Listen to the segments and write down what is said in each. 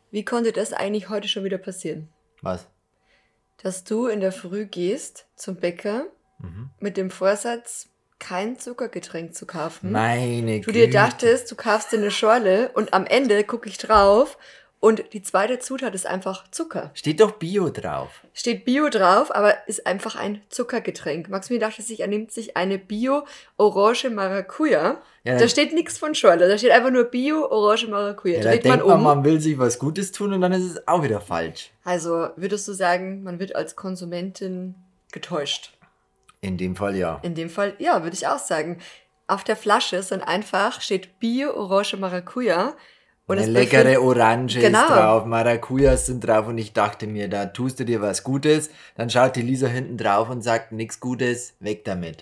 Wie konnte das eigentlich heute schon wieder passieren? Was? Dass du in der Früh gehst zum Bäcker mit dem Vorsatz, kein Zuckergetränk zu kaufen. Meine Du dir Güte. dachtest, du kaufst dir eine Schorle und am Ende gucke ich drauf und die zweite Zutat ist einfach Zucker. Steht doch Bio drauf. Steht Bio drauf, aber ist einfach ein Zuckergetränk. Maximilian dachte sich, er nimmt sich eine Bio-Orange Maracuja. Ja, Da steht nichts von Schorle, da steht einfach nur Bio-Orange Maracuja. Ja, da Dreht denkt man um. man will sich was Gutes tun und dann ist es auch wieder falsch. Also würdest du sagen, man wird als Konsumentin getäuscht? In dem Fall ja. In dem Fall, ja, würde ich auch sagen. Auf der Flasche steht Bio-Orange Maracuja. Und Eine es leckere Orange Genau. ist drauf, Maracujas sind drauf und ich dachte mir, da tust du dir was Gutes. Dann schaut die Lisa hinten drauf und sagt, nichts Gutes, weg damit.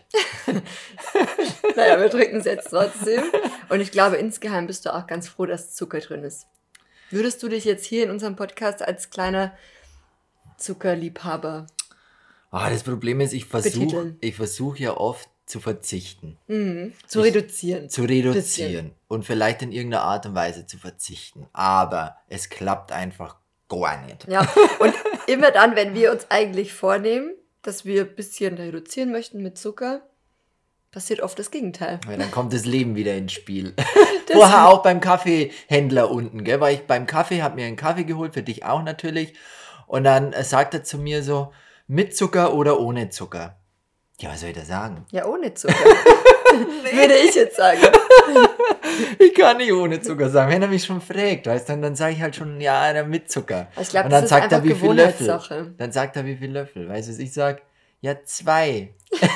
Naja, wir trinken es jetzt trotzdem. Und ich glaube, insgeheim bist du auch ganz froh, dass Zucker drin ist. Würdest du dich jetzt hier in unserem Podcast als kleiner Zuckerliebhaber Das Problem ist, ich Betiteln. versuch ja oft zu verzichten. zu reduzieren? Zu reduzieren und vielleicht in irgendeiner Art und Weise zu verzichten. Aber es klappt einfach gar nicht. Ja, und immer dann, wenn wir uns eigentlich vornehmen, dass wir ein bisschen reduzieren möchten mit Zucker, passiert oft das Gegenteil. Weil dann kommt das Leben wieder ins Spiel. Vorher auch beim Kaffeehändler unten, gell? Weil ich beim Kaffee habe mir einen Kaffee geholt, für dich auch natürlich. Und dann sagt er zu mir so, mit Zucker oder ohne Zucker? Ja, was soll ich da sagen? Ja, ohne Zucker. Würde ich jetzt sagen. Ich kann nicht ohne Zucker sagen. Wenn er mich schon fragt, weißt du, dann sage ich halt schon, ja, dann mit Zucker. Ich glaub, und das dann ist sagt er, einfach wie viel Löffel. Gewohnheitssache. Dann sagt er, wie viel Löffel. Weißt du, was ich sage? Ja, 2.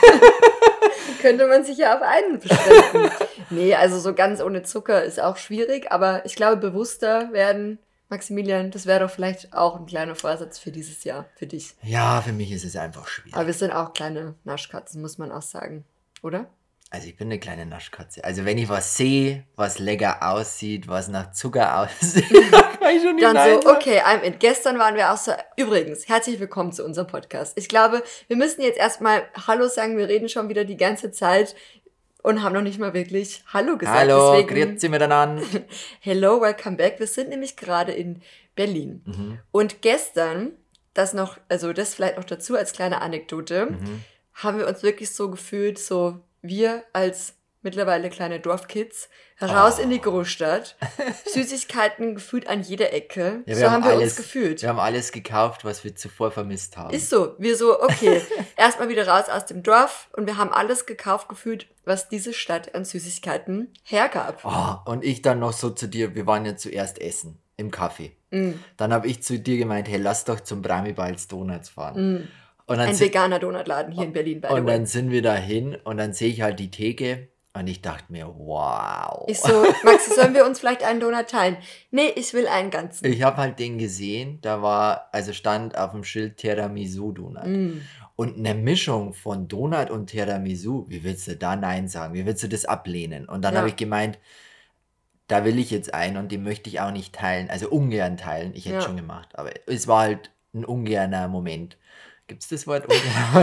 Könnte man sich ja auf einen beschränken. Nee, also so ganz ohne Zucker ist auch schwierig, aber ich glaube, bewusster werden, Maximilian, das wäre doch vielleicht auch ein kleiner Vorsatz für dieses Jahr, für dich. Ja, für mich ist es einfach schwierig. Aber wir sind auch kleine Naschkatzen, muss man auch sagen, oder? Also ich bin eine kleine Naschkatze. Also wenn ich was sehe, was lecker aussieht, was nach Zucker aussieht, kann ich schon nicht Dann nein so, sagen. okay, I'm in. Gestern waren wir auch so, übrigens, herzlich willkommen zu unserem Podcast. Ich glaube, wir müssen jetzt erstmal Hallo sagen, wir reden schon wieder die ganze Zeit und haben noch nicht mal wirklich Hallo gesagt. Hallo, Deswegen, grüezi miteinander. hello, welcome back. Wir sind nämlich gerade in Berlin. Und gestern, das vielleicht noch dazu als kleine Anekdote, haben wir uns wirklich so gefühlt, so wir als mittlerweile kleine Dorfkids, heraus in die Großstadt, Süßigkeiten gefühlt an jeder Ecke. Ja, so haben wir uns gefühlt. Wir haben alles gekauft, was wir zuvor vermisst haben. Ist so. Wir so, okay, erstmal wieder raus aus dem Dorf und wir haben alles gekauft gefühlt, was diese Stadt an Süßigkeiten hergab. Und ich dann noch so zu dir, wir waren ja zuerst essen im Café. Dann habe ich zu dir gemeint, hey, lass doch zum Bramibals Donuts fahren. Und dann Ein veganer Donutladen hier in Berlin, by the Und way. dann sind wir dahin und dann sehe ich halt die Theke und ich dachte mir, wow. Ich so, Maxi, sollen wir uns vielleicht einen Donut teilen? Nee, ich will einen ganzen. Ich habe halt den gesehen, stand auf dem Schild Tiramisu-Donut. Und eine Mischung von Donut und Tiramisu, wie willst du da Nein sagen? Wie willst du das ablehnen? Und dann Ja. habe ich gemeint, da will ich jetzt einen und den möchte ich auch nicht teilen, also ungern teilen. Ich hätte Ja. schon gemacht, aber es war halt ein ungerner Moment. Gibt es das Wort ungerner?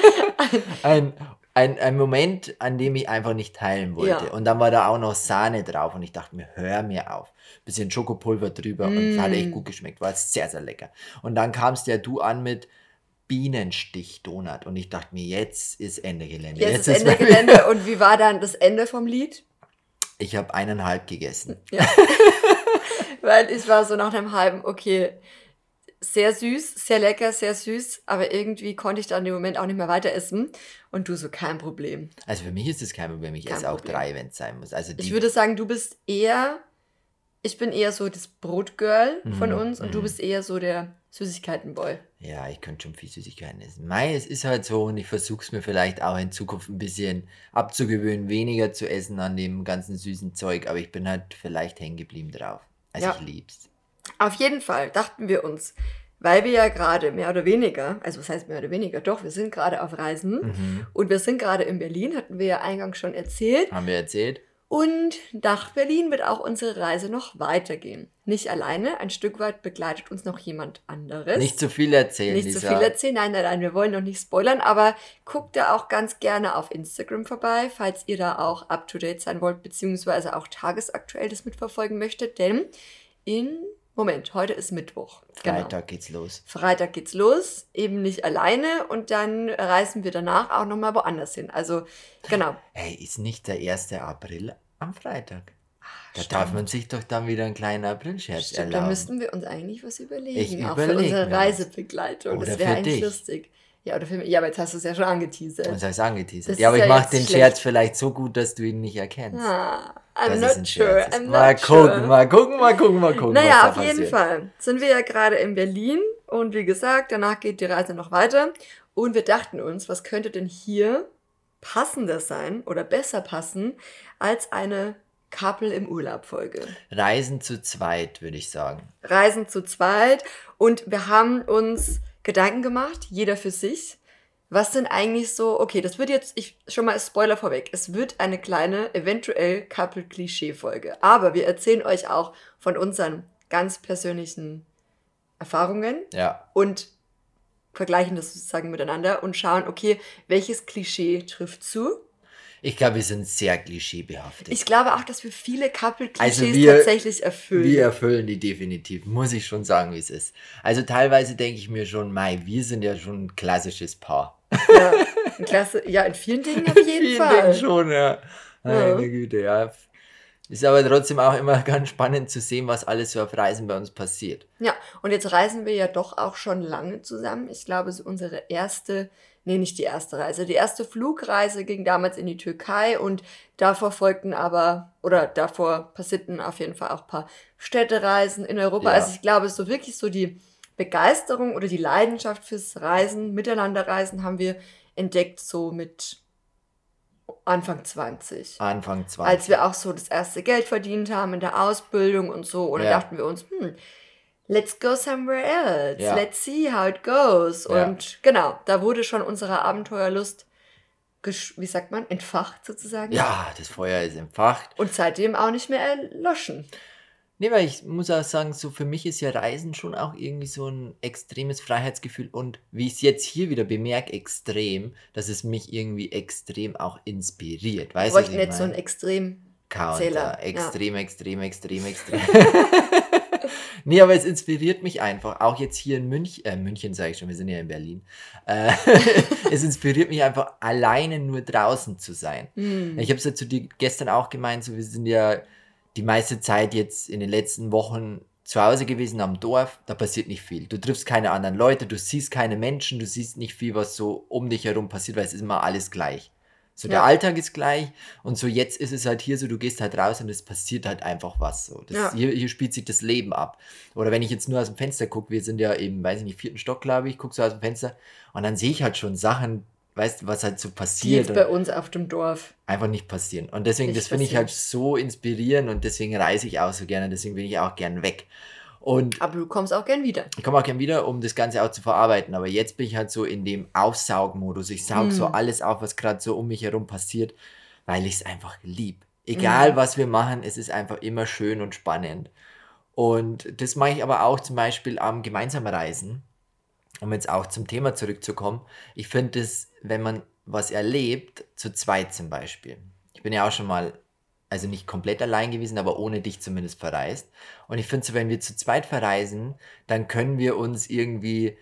Ein Moment, an dem ich einfach nicht teilen wollte. Ja. Und dann war da auch noch Sahne drauf und ich dachte mir, hör mir auf. Bisschen Schokopulver drüber und es hat echt gut geschmeckt. War sehr, sehr lecker. Und dann kamst ja du an mit Bienenstich-Donut und ich dachte mir, jetzt ist Ende Gelände. Jetzt ist Ende Gelände. Und wie war dann das Ende vom Lied? Ich habe 1,5 gegessen. Ja. Weil ich war so nach einem halben, okay, sehr süß, sehr lecker, sehr süß, aber irgendwie konnte ich dann im Moment auch nicht mehr weiter essen. Und du so, kein Problem. Also für mich ist das kein Problem. Ich Kein esse auch Problem. 3, wenn es sein muss. Also Ich würde sagen, ich bin eher so das Brotgirl von uns und du bist eher so der Süßigkeitenboy. Ja, ich könnte schon viel Süßigkeiten essen. Mei, es ist halt so und ich versuche es mir vielleicht auch in Zukunft ein bisschen abzugewöhnen, weniger zu essen an dem ganzen süßen Zeug, aber ich bin halt vielleicht hängen geblieben drauf. Also Ja. ich lieb's. Auf jeden Fall dachten wir uns, weil wir ja gerade mehr oder weniger, also was heißt mehr oder weniger, doch, wir sind gerade auf Reisen und wir sind gerade in Berlin, hatten wir ja eingangs schon erzählt. Haben wir erzählt? Und nach Berlin wird auch unsere Reise noch weitergehen. Nicht alleine, ein Stück weit begleitet uns noch jemand anderes. Nicht zu viel erzählen, Nicht Lisa. zu viel erzählen, nein, wir wollen noch nicht spoilern, aber guckt da auch ganz gerne auf Instagram vorbei, falls ihr da auch up-to-date sein wollt, beziehungsweise auch tagesaktuell das mitverfolgen möchtet, denn in Moment, heute ist Mittwoch. Freitag geht's los. Freitag geht's los, eben nicht alleine und dann reisen wir danach auch nochmal woanders hin. Also, genau. Hey, ist nicht der 1. April am Freitag? Da darf man sich doch dann wieder einen kleinen April-Scherz erlauben. Da müssten wir uns eigentlich was überlegen. Auch für überleg unsere mir Reisebegleitung. Oder das wäre für eigentlich dich. lustig. Ja, oder für mich. Ja, aber jetzt hast du es ja schon angeteasert. Was heißt angeteasert? Das Ja, aber ist ich ja mache jetzt den schlecht. Scherz vielleicht so gut, dass du ihn nicht erkennst. I'm Das ist ein not sure. Scherz. I'm Mal not sure. gucken, mal gucken, Naja, was auf da jeden passiert. Fall sind wir ja gerade in Berlin und wie gesagt, danach geht die Reise noch weiter und wir dachten uns, was könnte denn hier passender sein oder besser passen als eine Couple im Urlaub Folge. Reisen zu zweit, würde ich sagen. Reisen zu zweit und wir haben uns Gedanken gemacht, jeder für sich. Was sind eigentlich so, okay, das wird jetzt, schon mal Spoiler vorweg, es wird eine kleine, eventuell Couple-Klischee-Folge. Aber wir erzählen euch auch von unseren ganz persönlichen Erfahrungen Ja. und vergleichen das sozusagen miteinander und schauen, okay, welches Klischee trifft zu. Ich glaube, wir sind sehr klischeebehaftet. Ich glaube auch, dass wir viele Couple-Klischees Also wir- tatsächlich erfüllen. Wir erfüllen die definitiv, muss ich schon sagen, wie es ist. Also teilweise denke ich mir schon, wir sind ja schon ein klassisches Paar. Ja, klasse. Ja, in vielen Dingen auf jeden Vielen Fall. Dingen schon, ja. Meine Güte, ja. Ist aber trotzdem auch immer ganz spannend zu sehen, was alles so auf Reisen bei uns passiert. Ja, und jetzt reisen wir ja doch auch schon lange zusammen. Ich glaube, so unsere erste, nicht die erste Reise, die erste Flugreise ging damals in die Türkei und davor passierten auf jeden Fall auch ein paar Städtereisen in Europa. Ja. Also ich glaube, so wirklich so die Begeisterung oder die Leidenschaft fürs Reisen, Miteinanderreisen haben wir entdeckt so mit Anfang 20. Anfang 20. Als wir auch so das erste Geld verdient haben in der Ausbildung und so. Und dann Ja. dachten wir uns, let's go somewhere else. Ja. Let's see how it goes. Ja. Und genau, da wurde schon unsere Abenteuerlust, entfacht sozusagen. Ja, das Feuer ist entfacht. Und seitdem auch nicht mehr erloschen. Nee, weil ich muss auch sagen, so für mich ist ja Reisen schon auch irgendwie so ein extremes Freiheitsgefühl und wie ich es jetzt hier wieder bemerke, extrem, dass es mich irgendwie extrem auch inspiriert. Wir Weißt du, was bräuchten ich jetzt so einen meine? Counter. Extrem-Zähler. Extrem. Nee, aber es inspiriert mich einfach. Auch jetzt hier in München sage ich schon, wir sind ja in Berlin. Es inspiriert mich einfach, alleine nur draußen zu sein. Ich habe es ja zu dir gestern auch gemeint, so wir sind ja die meiste Zeit jetzt in den letzten Wochen zu Hause gewesen am Dorf, da passiert nicht viel. Du triffst keine anderen Leute, du siehst keine Menschen, du siehst nicht viel, was so um dich herum passiert, weil es ist immer alles gleich. So, der Ja. Alltag ist gleich und so jetzt ist es halt hier so, du gehst halt raus und es passiert halt einfach was so. Ja. Hier spielt sich das Leben ab. Oder wenn ich jetzt nur aus dem Fenster gucke, wir sind ja im, 4. Stock, glaube ich, gucke so aus dem Fenster und dann sehe ich halt schon Sachen, weißt du, was halt so Die passiert. jetzt bei uns auf dem Dorf. Einfach nicht passieren. Und deswegen, Nicht das finde ich passieren. halt so inspirierend und deswegen reise ich auch so gerne, deswegen bin ich auch gern weg. Und Aber du kommst auch gern wieder. ich komme auch gern wieder, um das Ganze auch zu verarbeiten, aber jetzt bin ich halt so in dem Aufsaugmodus. Ich saug so alles auf, was gerade so um mich herum passiert, weil ich es einfach lieb. Egal, was wir machen, es ist einfach immer schön und spannend. Und das mache ich aber auch zum Beispiel am gemeinsamen Reisen, um jetzt auch zum Thema zurückzukommen. Ich finde es, wenn man was erlebt, zu zweit zum Beispiel. Ich bin ja auch schon mal, also nicht komplett allein gewesen, aber ohne dich zumindest verreist. Und ich finde so, wenn wir zu zweit verreisen, dann können wir uns irgendwie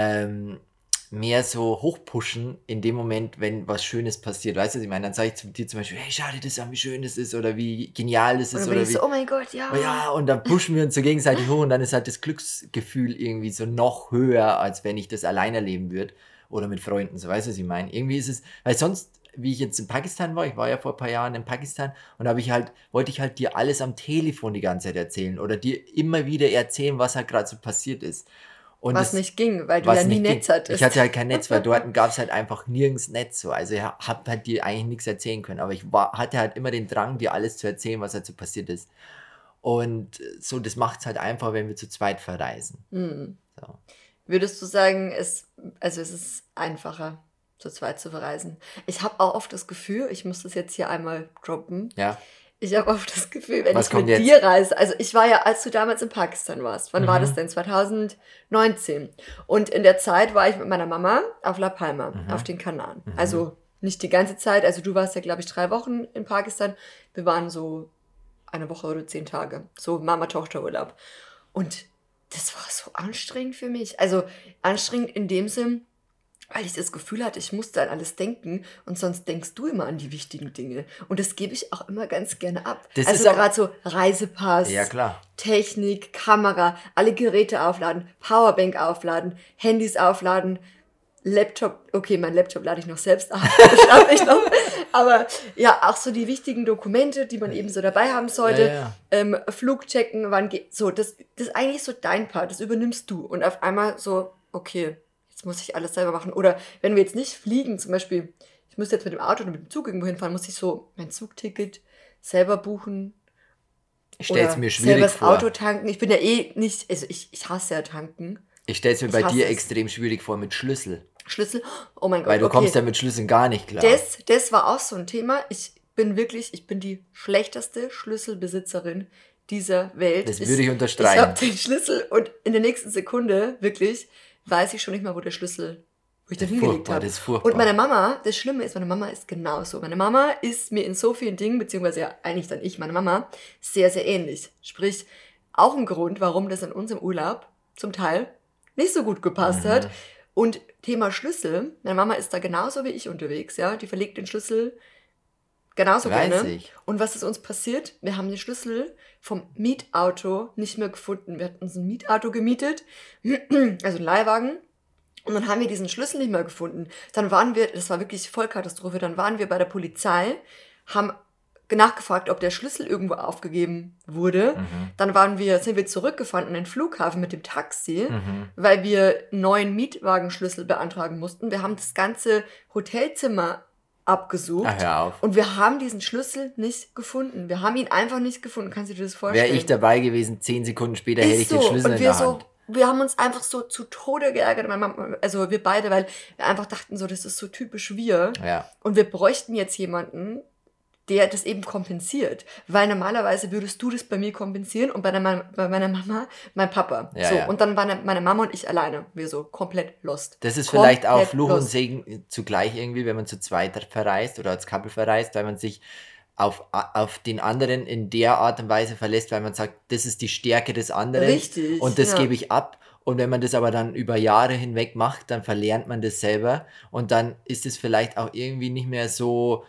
mehr so hochpushen in dem Moment, wenn was Schönes passiert. Weißt du, was ich meine? Dann sage ich zu dir zum Beispiel, hey, schau dir das an, wie schön das ist oder wie genial das ist. Und dann Oder bin ich wie, so, oh mein Gott, ja. oh ja, und dann pushen wir uns so gegenseitig hoch und dann ist halt das Glücksgefühl irgendwie so noch höher, als wenn ich das allein erleben würde oder mit Freunden, so, weißt du, was ich meine? Irgendwie ist es, weil sonst, wie ich jetzt in Pakistan war, ich war ja vor ein paar Jahren in Pakistan und da wollte ich halt dir alles am Telefon die ganze Zeit erzählen oder dir immer wieder erzählen, was halt gerade so passiert ist. Und Was das- nicht ging, weil du was ja nie nicht Netz ging. hattest. Ich hatte halt kein Netz, weil dort gab es halt einfach nirgends Netz so. Also ich habe halt dir eigentlich nichts erzählen können. Aber hatte halt immer den Drang, dir alles zu erzählen, was halt so passiert ist. Und so, das macht es halt einfach, wenn wir zu zweit verreisen. So. Würdest du sagen, es ist einfacher, zu zweit zu verreisen? Ich habe auch oft das Gefühl, ich muss das jetzt hier einmal droppen, Ja. ich habe oft das Gefühl, wenn Was ich kommt mit jetzt? dir reise, also ich war ja, als du damals in Pakistan warst, wann war das denn? 2019. Und in der Zeit war ich mit meiner Mama auf La Palma, auf den Kanaren. Also nicht die ganze Zeit, also du warst ja, glaube ich, 3 Wochen in Pakistan, wir waren so eine Woche oder 10 Tage, so Mama-Tochter-Urlaub. Und das war so anstrengend für mich. Also anstrengend in dem Sinn, weil ich das Gefühl hatte, ich musste an alles denken und sonst denkst du immer an die wichtigen Dinge. Und das gebe ich auch immer ganz gerne ab. Das also gerade so Reisepass, ja, klar. Technik, Kamera, alle Geräte aufladen, Powerbank aufladen, Handys aufladen, Laptop, okay, mein Laptop lade ich noch selbst auf, das schaffe ich noch. Aber ja, auch so die wichtigen Dokumente, die man eben so dabei haben sollte. Flug checken, wann geht, so, das ist eigentlich so dein Part, das übernimmst du. Und auf einmal so, okay, jetzt muss ich alles selber machen. Oder wenn wir jetzt nicht fliegen, zum Beispiel, ich müsste jetzt mit dem Auto oder mit dem Zug irgendwo hinfahren, muss ich so mein Zugticket selber buchen. Ich stelle es mir schwierig selber das vor. Auto tanken. Ich bin ja nicht, also ich hasse ja tanken. Ich stelle es mir bei dir extrem schwierig vor mit Schlüssel. Schlüssel? Oh mein Gott, weil du kommst ja mit Schlüsseln gar nicht klar. Das war auch so ein Thema. Ich bin die schlechteste Schlüsselbesitzerin dieser Welt. Das würde ich unterstreichen. Ich habe den Schlüssel und in der nächsten Sekunde, wirklich, weiß ich schon nicht mal, wo ich den hingelegt habe. Das ist furchtbar. Und meine Mama, das Schlimme ist, meine Mama ist genauso. Meine Mama ist mir in so vielen Dingen, beziehungsweise ja eigentlich dann meine Mama, sehr, sehr ähnlich. Sprich, auch ein Grund, warum das an uns im Urlaub zum Teil nicht so gut gepasst hat. Und Thema Schlüssel, meine Mama ist da genauso wie ich unterwegs, ja. Die verlegt den Schlüssel genauso gerne. Und was ist uns passiert? Wir haben den Schlüssel vom Mietauto nicht mehr gefunden. Wir hatten uns ein Mietauto gemietet, also ein Leihwagen. Und dann haben wir diesen Schlüssel nicht mehr gefunden. Dann waren wir, das war wirklich Vollkatastrophe, dann waren wir bei der Polizei, haben nachgefragt, ob der Schlüssel irgendwo aufgegeben wurde. Dann sind wir zurückgefahren an den Flughafen mit dem Taxi, weil wir einen neuen Mietwagenschlüssel beantragen mussten. Wir haben das ganze Hotelzimmer abgesucht. Ach, hör auf. Und wir haben diesen Schlüssel nicht gefunden. Wir haben ihn einfach nicht gefunden. Kannst du dir das vorstellen? Wäre ich dabei gewesen, 10 Sekunden später hätte ich den Schlüssel in der Hand. Wir haben uns einfach so zu Tode geärgert, also wir beide, weil wir einfach dachten so, das ist so typisch wir. Ja. Und wir bräuchten jetzt jemanden, der das eben kompensiert. Weil normalerweise würdest du das bei mir kompensieren und bei meiner Mama mein Papa. Ja, so. ja. Und dann waren meine Mama und ich alleine. Wir so komplett lost. Das ist vielleicht auch Fluch und Segen zugleich irgendwie, wenn man zu zweit verreist oder als Couple verreist, weil man sich auf den anderen in der Art und Weise verlässt, weil man sagt, das ist die Stärke des anderen. Richtig, und das gebe ich ab. Und wenn man das aber dann über Jahre hinweg macht, dann verlernt man das selber und dann ist es vielleicht auch irgendwie nicht mehr so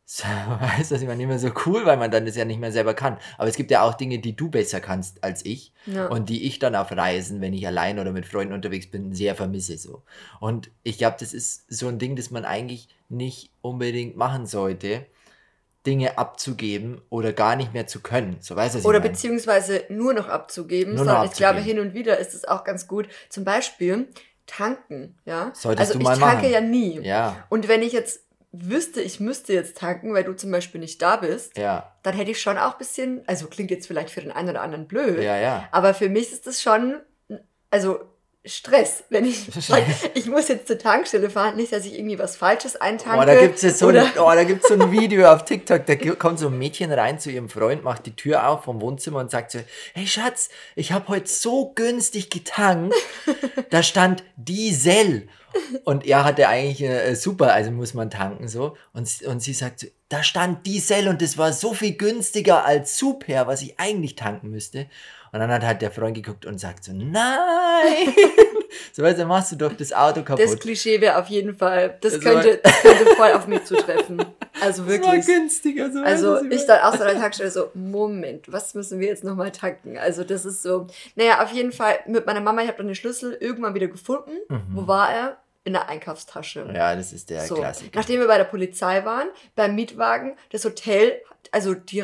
weißt du, nicht mehr so cool, weil man dann das ja nicht mehr selber kann. Aber es gibt ja auch Dinge, die du besser kannst als ich und die ich dann auf Reisen, wenn ich allein oder mit Freunden unterwegs bin, sehr vermisse so. Und ich glaube, das ist so ein Ding, das man eigentlich nicht unbedingt machen sollte, Dinge abzugeben oder gar nicht mehr zu können. So, weißt du, was ich meine? Beziehungsweise nur noch abzugeben, sondern ich glaube, hin und wieder ist es auch ganz gut. Zum Beispiel tanken, ja. Solltest du mal machen. Ich tanke ja nie. Ja. Und wenn ich jetzt wüsste, ich müsste jetzt tanken, weil du zum Beispiel nicht da bist, dann hätte ich schon auch ein bisschen, also klingt jetzt vielleicht für den einen oder anderen blöd, aber für mich ist das schon, also Stress, wenn ich muss jetzt zur Tankstelle fahren, nicht, dass ich irgendwie was Falsches eintanke. Oh, da gibt's jetzt so ein Video auf TikTok, da kommt so ein Mädchen rein zu ihrem Freund, macht die Tür auf vom Wohnzimmer und sagt so, hey Schatz, ich habe heute so günstig getankt, da stand Diesel. Und er hatte eigentlich super, also muss man tanken so. Und sie sagt so, da stand Diesel und das war so viel günstiger als Super, was ich eigentlich tanken müsste. Und dann hat halt der Freund geguckt und sagt so, nein! So, weißt du, dann machst du doch das Auto kaputt. Das Klischee wäre auf jeden Fall, das könnte voll auf mich zutreffen. Also wirklich. Das war günstiger. So also ich dann auch so an der Tankstelle so, Moment, was müssen wir jetzt nochmal tanken? Also das ist so, naja, auf jeden Fall mit meiner Mama, ich habe dann den Schlüssel irgendwann wieder gefunden. Wo war er? In der Einkaufstasche. Ja, das ist der Klassiker. Nachdem wir bei der Polizei waren, beim Mietwagen, das Hotel, also die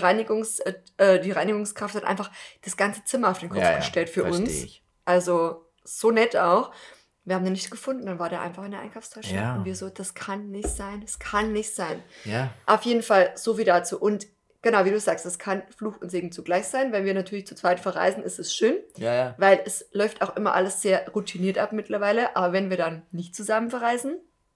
Reinigungskraft hat einfach das ganze Zimmer auf den Kopf gestellt für uns. Ich. Also so nett auch. Wir haben den nicht gefunden, dann war der einfach in der Einkaufstasche. Ja. Und wir so, das kann nicht sein, das kann nicht sein. Ja. Auf jeden Fall so viel dazu. Und genau, wie du sagst, das kann Fluch und Segen zugleich sein. Wenn wir natürlich zu zweit verreisen, ist es schön, weil es läuft auch immer alles sehr routiniert ab mittlerweile. Aber wenn wir dann nicht zusammen verreisen,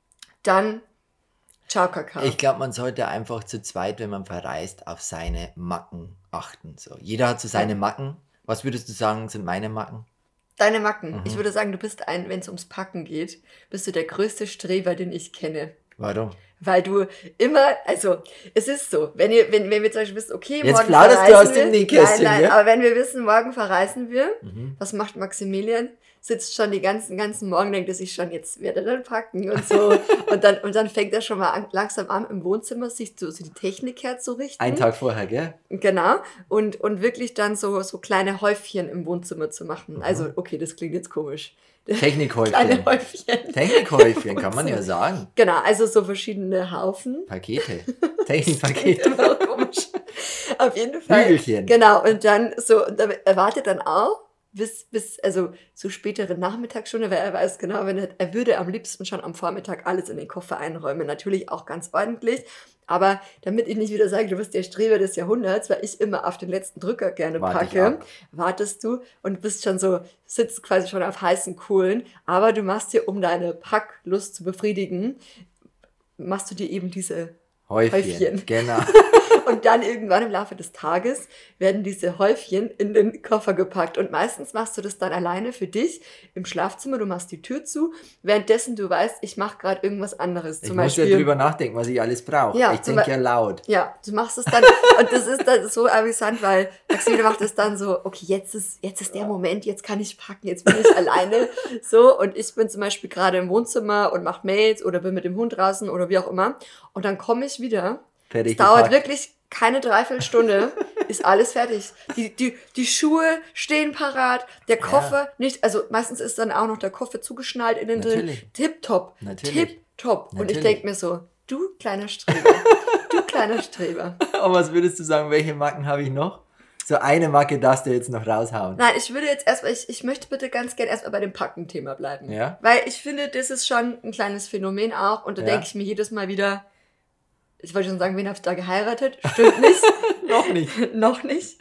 dann ciao Kakao. Ich glaube, man sollte einfach zu zweit, wenn man verreist, auf seine Macken achten. So, jeder hat so seine Macken. Was würdest du sagen, sind meine Macken? Deine Macken. Ich würde sagen, du bist wenn es ums Packen geht, bist du der größte Streber, den ich kenne. Warum? Weil du immer, also es ist so, wenn wir zum Beispiel wissen, okay, jetzt morgen plauderst verreisen du aus dem Nähkästchen, nein, ja? aber wenn wir wissen, morgen verreisen wir, was macht Maximilian? Sitzt schon die ganzen Morgen, denkt er sich schon, jetzt wird er dann packen und so. und dann fängt er schon mal langsam an, im Wohnzimmer sich so die Technik herzurichten. Einen Tag vorher, gell? Genau. Und wirklich dann so kleine Häufchen im Wohnzimmer zu machen. Also, okay, das klingt jetzt komisch. Technikhäufchen. Kleine Häufchen. Technikhäufchen, kann man ja sagen. Genau, also so verschiedene Haufen. Pakete. Technikpakete. Immer noch komisch. Auf jeden Fall. Hügelchen. Genau, und dann so, und er wartet dann auch bis also zu spätere Nachmittagsstunde, weil er weiß genau, er würde am liebsten schon am Vormittag alles in den Koffer einräumen. Natürlich auch ganz ordentlich. Aber damit ich nicht wieder sage, du bist der Streber des Jahrhunderts, weil ich immer auf den letzten Drücker gerne packe, wartest du und bist schon so, sitzt quasi schon auf heißen Kohlen. Aber du machst dir, um deine Packlust zu befriedigen, machst du dir eben diese Häufchen. Genau. Und dann irgendwann im Laufe des Tages werden diese Häufchen in den Koffer gepackt. Und meistens machst du das dann alleine für dich im Schlafzimmer. Du machst die Tür zu, währenddessen du weißt, ich mache gerade irgendwas anderes. Ich muss ja drüber nachdenken, was ich alles brauche. Ja, ich denke ja laut. Ja, du machst es dann. Und das ist dann so amüsant, weil Maximilian macht es dann so, okay, jetzt ist der Moment, jetzt kann ich packen, jetzt bin ich alleine. So, und ich bin zum Beispiel gerade im Wohnzimmer und mache Mails oder bin mit dem Hund draußen oder wie auch immer. Und dann komme ich wieder. Es dauert wirklich keine Dreiviertelstunde, ist alles fertig. Die Schuhe stehen parat, der Koffer nicht, also meistens ist dann auch noch der Koffer zugeschnallt innen drin. Tipptopp. Tipptopp. Und ich denke mir so, du kleiner Streber. Und was würdest du sagen, welche Marken habe ich noch? So eine Marke darfst du jetzt noch raushauen. Nein, ich würde jetzt erstmal, ich möchte bitte ganz gerne erstmal bei dem Packen-Thema bleiben. Ja? Weil ich finde, das ist schon ein kleines Phänomen auch und da denke ich mir jedes Mal wieder, ich wollte schon sagen, wen habe ich da geheiratet? Stimmt nicht. Noch nicht.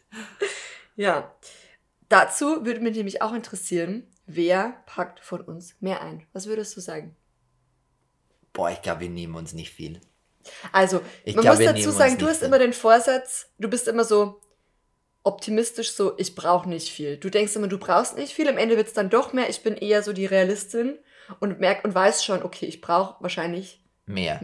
Ja. Dazu würde mich nämlich auch interessieren, wer packt von uns mehr ein? Was würdest du sagen? Boah, ich glaube, wir nehmen uns nicht viel. Also, man muss dazu sagen, du hast immer den Vorsatz, du bist immer so optimistisch, so, ich brauche nicht viel. Du denkst immer, du brauchst nicht viel, am Ende wird es dann doch mehr. Ich bin eher so die Realistin und weiß schon, okay, ich brauche wahrscheinlich mehr.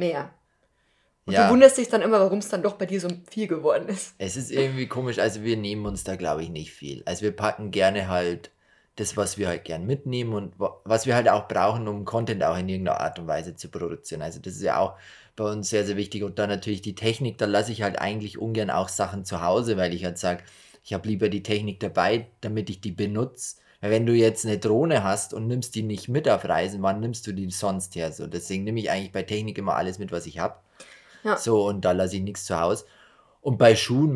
Und du wunderst dich dann immer, warum es dann doch bei dir so viel geworden ist. Es ist irgendwie komisch, also wir nehmen uns da, glaube ich, nicht viel. Also wir packen gerne halt das, was wir halt gern mitnehmen und was wir halt auch brauchen, um Content auch in irgendeiner Art und Weise zu produzieren. Also das ist ja auch bei uns sehr, sehr wichtig. Und dann natürlich die Technik, da lasse ich halt eigentlich ungern auch Sachen zu Hause, weil ich halt sage, ich habe lieber die Technik dabei, damit ich die benutze. Weil wenn du jetzt eine Drohne hast und nimmst die nicht mit auf Reisen, wann nimmst du die sonst her? So, deswegen nehme ich eigentlich bei Technik immer alles mit, was ich habe. Ja. So, und da lasse ich nichts zu Hause. Und bei Schuhen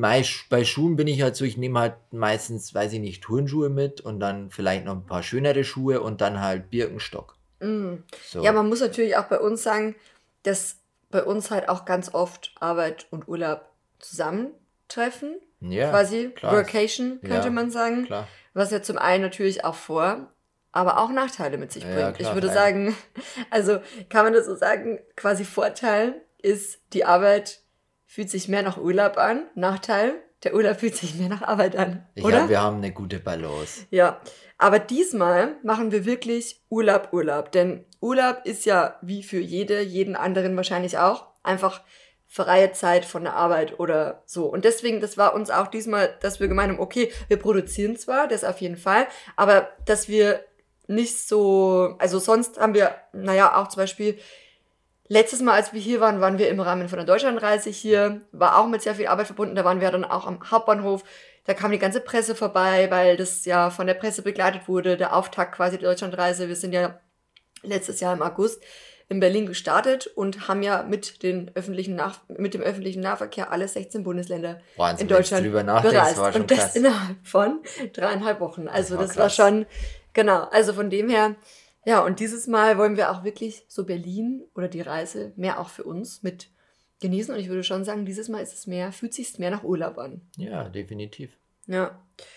bin ich halt so, ich nehme halt meistens, weiß ich nicht, Turnschuhe mit und dann vielleicht noch ein paar schönere Schuhe und dann halt Birkenstock. So. Ja, man muss natürlich auch bei uns sagen, dass bei uns halt auch ganz oft Arbeit und Urlaub zusammentreffen. Ja, quasi klar. Workation, könnte man sagen. Klar. Was ja zum einen natürlich auch aber auch Nachteile mit sich bringt. Ja, klar, ich würde sagen, also kann man das so sagen, quasi Vorteil ist, die Arbeit fühlt sich mehr nach Urlaub an. Nachteil, der Urlaub fühlt sich mehr nach Arbeit an. Ich glaube, wir haben eine gute Balance. Ja, aber diesmal machen wir wirklich Urlaub. Denn Urlaub ist ja wie für jeden anderen wahrscheinlich auch, einfach freie Zeit von der Arbeit oder so. Und deswegen, das war uns auch diesmal, dass wir gemeint haben, okay, wir produzieren zwar, das auf jeden Fall, aber dass wir nicht so, also sonst haben wir, auch zum Beispiel letztes Mal, als wir hier waren wir im Rahmen von einer Deutschlandreise hier, war auch mit sehr viel Arbeit verbunden, da waren wir dann auch am Hauptbahnhof, da kam die ganze Presse vorbei, weil das ja von der Presse begleitet wurde, der Auftakt quasi der Deutschlandreise. Wir sind ja letztes Jahr im August in Berlin gestartet und haben ja mit dem öffentlichen Nahverkehr alle 16 Bundesländer in Deutschland bereist. War schon und das krass. Innerhalb von 3,5 Wochen. Also das war schon, genau, also von dem her. Ja, und dieses Mal wollen wir auch wirklich so Berlin oder die Reise mehr auch für uns mit genießen. Und ich würde schon sagen, dieses Mal fühlt sich mehr nach Urlaub an. Ja, definitiv. Ja.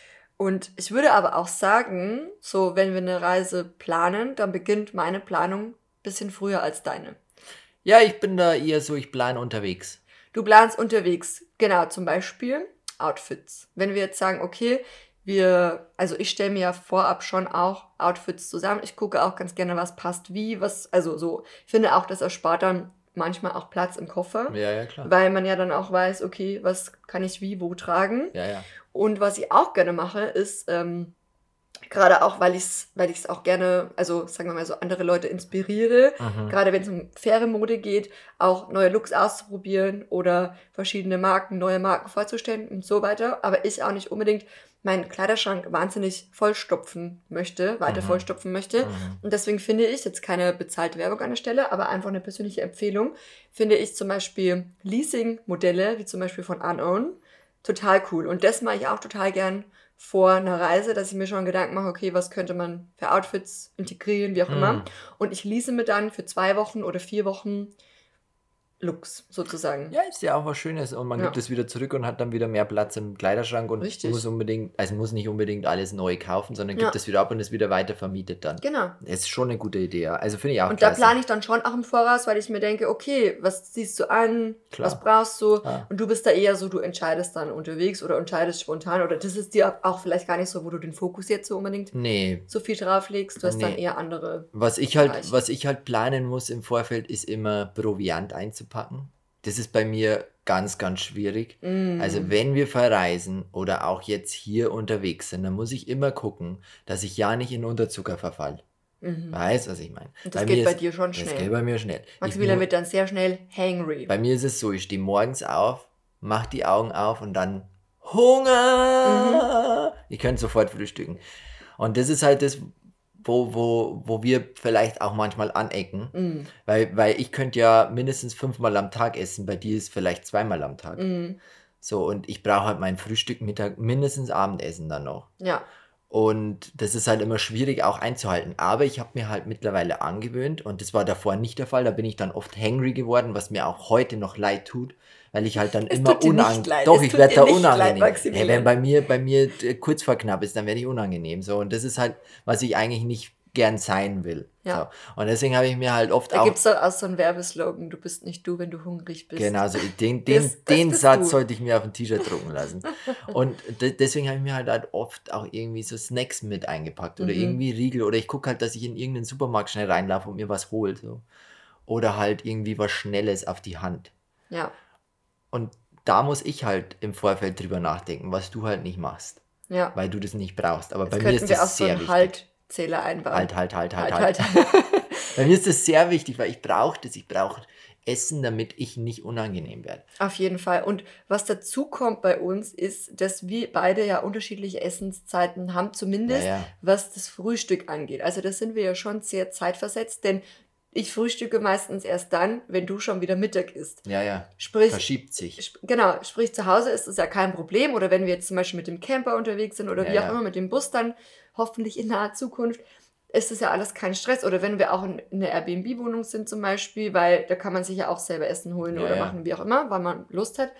Und ich würde aber auch sagen, so wenn wir eine Reise planen, dann beginnt meine Planung ein bisschen früher als deine. Ja, ich bin da eher so, ich plane unterwegs. Du planst unterwegs, genau, zum Beispiel Outfits. Wenn wir jetzt sagen, okay, ich stelle mir ja vorab schon auch Outfits zusammen. Ich gucke auch ganz gerne, was passt wie, also so. Ich finde auch, das erspart dann manchmal auch Platz im Koffer. Ja, klar. Weil man ja dann auch weiß, okay, was kann ich wie, wo tragen. Ja. Und was ich auch gerne mache, ist, gerade auch, weil ich es auch gerne, also sagen wir mal so, andere Leute inspiriere, gerade wenn es um faire Mode geht, auch neue Looks auszuprobieren oder verschiedene Marken, neue Marken vorzustellen und so weiter. Aber ich auch nicht unbedingt meinen Kleiderschrank wahnsinnig vollstopfen möchte, weiter vollstopfen möchte. Und deswegen finde ich, jetzt keine bezahlte Werbung an der Stelle, aber einfach eine persönliche Empfehlung, finde ich zum Beispiel Leasing-Modelle, wie zum Beispiel von Unown, total cool. Und das mache ich auch total gern vor einer Reise, dass ich mir schon Gedanken mache, okay, was könnte man für Outfits integrieren, wie auch immer. Und ich lease mir dann für 2 Wochen oder 4 Wochen Looks sozusagen. Ja, ist ja auch was Schönes und man gibt es wieder zurück und hat dann wieder mehr Platz im Kleiderschrank und muss nicht unbedingt alles neu kaufen, sondern gibt es wieder ab und ist wieder weiter vermietet dann. Genau. Das ist schon eine gute Idee, ja. Also finde ich auch und klasse. Da plane ich dann schon auch im Voraus, weil ich mir denke, okay, was ziehst du an, was brauchst du? Und du bist da eher so, du entscheidest dann unterwegs oder entscheidest spontan oder das ist dir auch vielleicht gar nicht so, wo du den Fokus jetzt so unbedingt so viel drauf legst. Du hast dann eher andere Was ich halt planen muss im Vorfeld, ist immer Proviant einzupacken. Das ist bei mir ganz, ganz schwierig. Also wenn wir verreisen oder auch jetzt hier unterwegs sind, dann muss ich immer gucken, dass ich ja nicht in Unterzucker verfall. Weißt du, was ich meine? Und das geht bei dir schon schnell. Das geht bei mir schnell. Maximilian wird dann sehr schnell hangry. Bei mir ist es so, ich stehe morgens auf, mache die Augen auf und dann Hunger! Ich könnte sofort frühstücken. Und das ist halt das, wo wir vielleicht auch manchmal anecken, weil ich könnte ja mindestens 5-mal am Tag essen, bei dir ist vielleicht 2-mal am Tag. So, und ich brauche halt mein Frühstück, Mittag, mindestens Abendessen dann noch. Ja. Und das ist halt immer schwierig auch einzuhalten. Aber ich habe mir halt mittlerweile angewöhnt, und das war davor nicht der Fall, da bin ich dann oft hangry geworden, was mir auch heute noch leid tut, weil ich halt dann immer unangenehm. Doch, ich werde da unangenehm. Wenn bei mir kurz vor knapp ist, dann werde ich unangenehm. So, und das ist halt, was ich eigentlich nicht gern sein will. Ja. So. Und deswegen habe ich mir halt oft da gibt es doch auch so einen Werbeslogan, du bist nicht du, wenn du hungrig bist. Genau, so den Satz sollte ich mir auf ein T-Shirt drucken lassen. Und deswegen habe ich mir halt oft auch irgendwie so Snacks mit eingepackt oder irgendwie Riegel oder ich gucke halt, dass ich in irgendeinen Supermarkt schnell reinlaufe und mir was hole. So. Oder halt irgendwie was Schnelles auf die Hand. Ja. Und da muss ich halt im Vorfeld drüber nachdenken, was du halt nicht machst. Ja. Weil du das nicht brauchst. Aber jetzt bei mir ist das sehr wichtig. Haltzähler einbauen. Halt. Bei mir ist das sehr wichtig, weil ich brauche das. Ich brauche Essen, damit ich nicht unangenehm werde. Auf jeden Fall. Und was dazu kommt bei uns, ist, dass wir beide ja unterschiedliche Essenszeiten haben, zumindest was das Frühstück angeht. Also das sind wir ja schon sehr zeitversetzt, denn ich frühstücke meistens erst dann, wenn du schon wieder Mittag isst. Ja. Sprich, verschiebt sich. Genau, sprich zu Hause ist es ja kein Problem. Oder wenn wir jetzt zum Beispiel mit dem Camper unterwegs sind oder wie auch immer, mit dem Bus dann, hoffentlich in naher Zukunft, ist es ja alles kein Stress. Oder wenn wir auch in einer Airbnb-Wohnung sind zum Beispiel, weil da kann man sich ja auch selber Essen holen oder machen, wie auch immer, weil man Lust hat.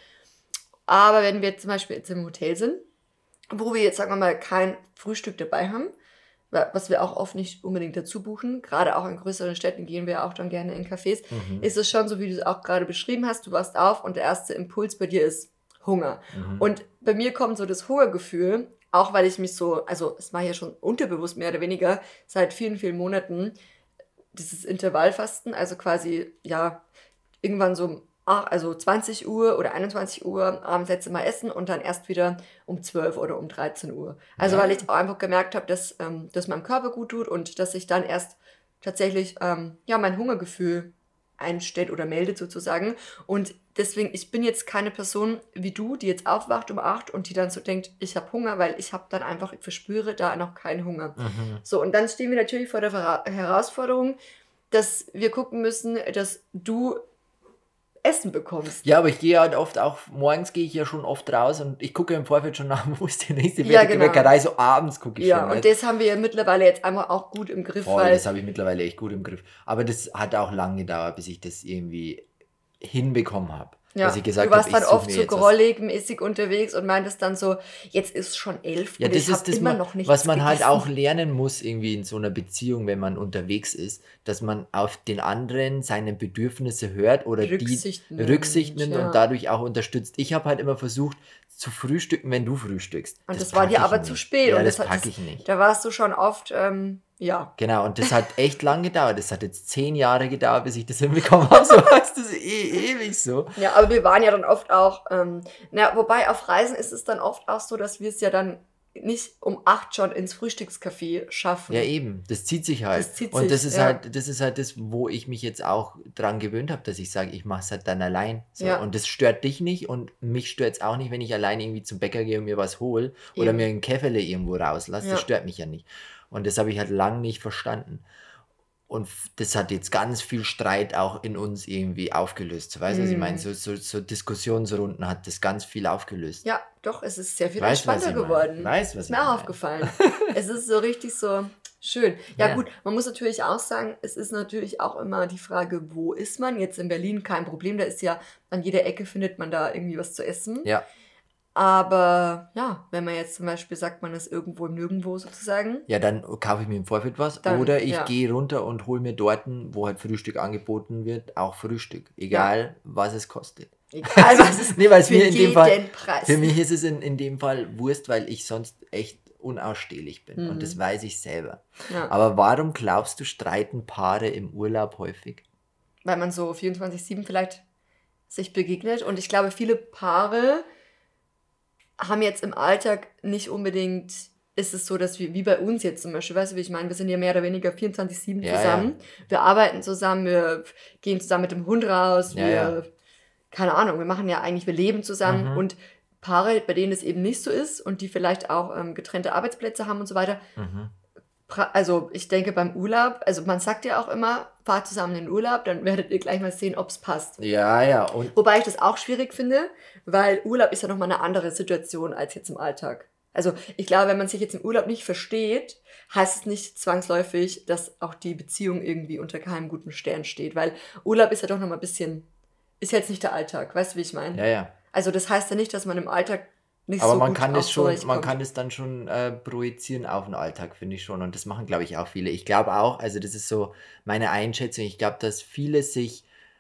Aber wenn wir zum Beispiel jetzt im Hotel sind, wo wir jetzt, sagen wir mal, kein Frühstück dabei haben, was wir auch oft nicht unbedingt dazu buchen, gerade auch in größeren Städten gehen wir auch dann gerne in Cafés, ist es schon so, wie du es auch gerade beschrieben hast, du wachst auf und der erste Impuls bei dir ist Hunger. Und bei mir kommt so das Hungergefühl, auch weil ich mich so, also das mache ich ja schon unterbewusst mehr oder weniger, seit vielen, vielen Monaten, dieses Intervallfasten, also quasi, irgendwann so, also 20 Uhr oder 21 Uhr abends letzte Mal essen und dann erst wieder um 12 oder um 13 Uhr. Also weil ich auch einfach gemerkt habe, dass das meinem Körper gut tut und dass sich dann erst tatsächlich mein Hungergefühl einstellt oder meldet sozusagen. Und deswegen, ich bin jetzt keine Person wie du, die jetzt aufwacht um 8 und die dann so denkt, ich habe Hunger, weil ich habe dann einfach, ich verspüre da noch keinen Hunger. So, und dann stehen wir natürlich vor der Herausforderung, dass wir gucken müssen, dass du Essen bekommst. Ja, aber ich gehe halt oft auch, morgens gehe ich ja schon oft raus und ich gucke im Vorfeld schon nach, wo ist die nächste Bäckerei, so abends gucke ich schon. Ja, und das haben wir ja mittlerweile jetzt einmal auch gut im Griff. Voll, das habe ich mittlerweile echt gut im Griff. Aber das hat auch lange gedauert, bis ich das irgendwie hinbekommen habe. Ja, dass ich gesagt du warst hab, dann oft so grollig-mäßig unterwegs und meintest dann so, jetzt ist schon 11 ja, und ich habe immer noch nichts was man gegessen. halt auch lernen muss irgendwie in so einer Beziehung, wenn man unterwegs ist, dass man auf den anderen seine Bedürfnisse hört oder Rücksicht nimmt und dadurch auch unterstützt. Ich habe halt immer versucht, zu frühstücken, wenn du frühstückst. Und das war dir aber zu spät. Ja, und das packe ich nicht. Da warst du schon oft, ja. Genau, und das hat echt lang gedauert. Das hat jetzt 10 Jahre gedauert, bis ich das hinbekommen habe. So heißt das ewig so. Ja, aber wir waren ja dann oft auch, wobei auf Reisen ist es dann oft auch so, dass wir es ja dann nicht um 8 schon ins Frühstückscafé schaffen. Ja, eben. Das zieht sich halt. Das ist halt das, wo ich mich jetzt auch dran gewöhnt habe, dass ich sage, ich mache es halt dann allein. So. Ja. Und das stört dich nicht und mich stört es auch nicht, wenn ich allein irgendwie zum Bäcker gehe und mir was hole oder mir ein Käferle irgendwo rauslasse. Das stört mich ja nicht. Und das habe ich halt lang nicht verstanden. Und das hat jetzt ganz viel Streit auch in uns irgendwie aufgelöst. Weißt du, was ich meine? So Diskussionsrunden hat das ganz viel aufgelöst. Ja, doch, es ist sehr viel entspannter geworden. Weißt du, was ich meine? Ist mir auch aufgefallen. Es ist so richtig so schön. Ja, gut, man muss natürlich auch sagen, es ist natürlich auch immer die Frage, wo ist man? Jetzt in Berlin kein Problem, da ist ja an jeder Ecke findet man da irgendwie was zu essen. Ja. Aber ja, wenn man jetzt zum Beispiel sagt, man ist irgendwo im Nirgendwo sozusagen. Ja, dann kaufe ich mir im Vorfeld was. Oder ich gehe runter und hole mir dort, wo halt Frühstück angeboten wird, auch Frühstück. Egal, was es kostet. Egal, was es nee, weil es mir in dem Fall, Preis. Für mich ist es in dem Fall Wurst, weil ich sonst echt unausstehlich bin. Und das weiß ich selber. Ja. Aber warum glaubst du, streiten Paare im Urlaub häufig? Weil man so 24/7 vielleicht sich begegnet. Und ich glaube, viele Paare haben jetzt im Alltag nicht unbedingt, ist es so, dass wir, wie bei uns jetzt zum Beispiel, weißt du, wie ich meine, wir sind ja mehr oder weniger 24/7 zusammen. Ja. Wir arbeiten zusammen, wir gehen zusammen mit dem Hund raus, keine Ahnung, wir leben zusammen und Paare, bei denen es eben nicht so ist und die vielleicht auch getrennte Arbeitsplätze haben und so weiter. Also ich denke beim Urlaub, also man sagt ja auch immer, fahrt zusammen in den Urlaub, dann werdet ihr gleich mal sehen, ob es passt. Ja. Wobei ich das auch schwierig finde, weil Urlaub ist ja nochmal eine andere Situation als jetzt im Alltag. Also ich glaube, wenn man sich jetzt im Urlaub nicht versteht, heißt es nicht zwangsläufig, dass auch die Beziehung irgendwie unter keinem guten Stern steht, weil Urlaub ist ja doch nochmal ein bisschen, ist jetzt nicht der Alltag, weißt du, wie ich meine? Ja. Also das heißt ja nicht, dass man im Alltag nicht aber so man gut kann es schon, man kann es dann schon projizieren auf den Alltag, finde ich schon. Und das machen, glaube ich, auch viele. Ich glaube auch, also das ist so meine Einschätzung, ich glaube, dass viele sich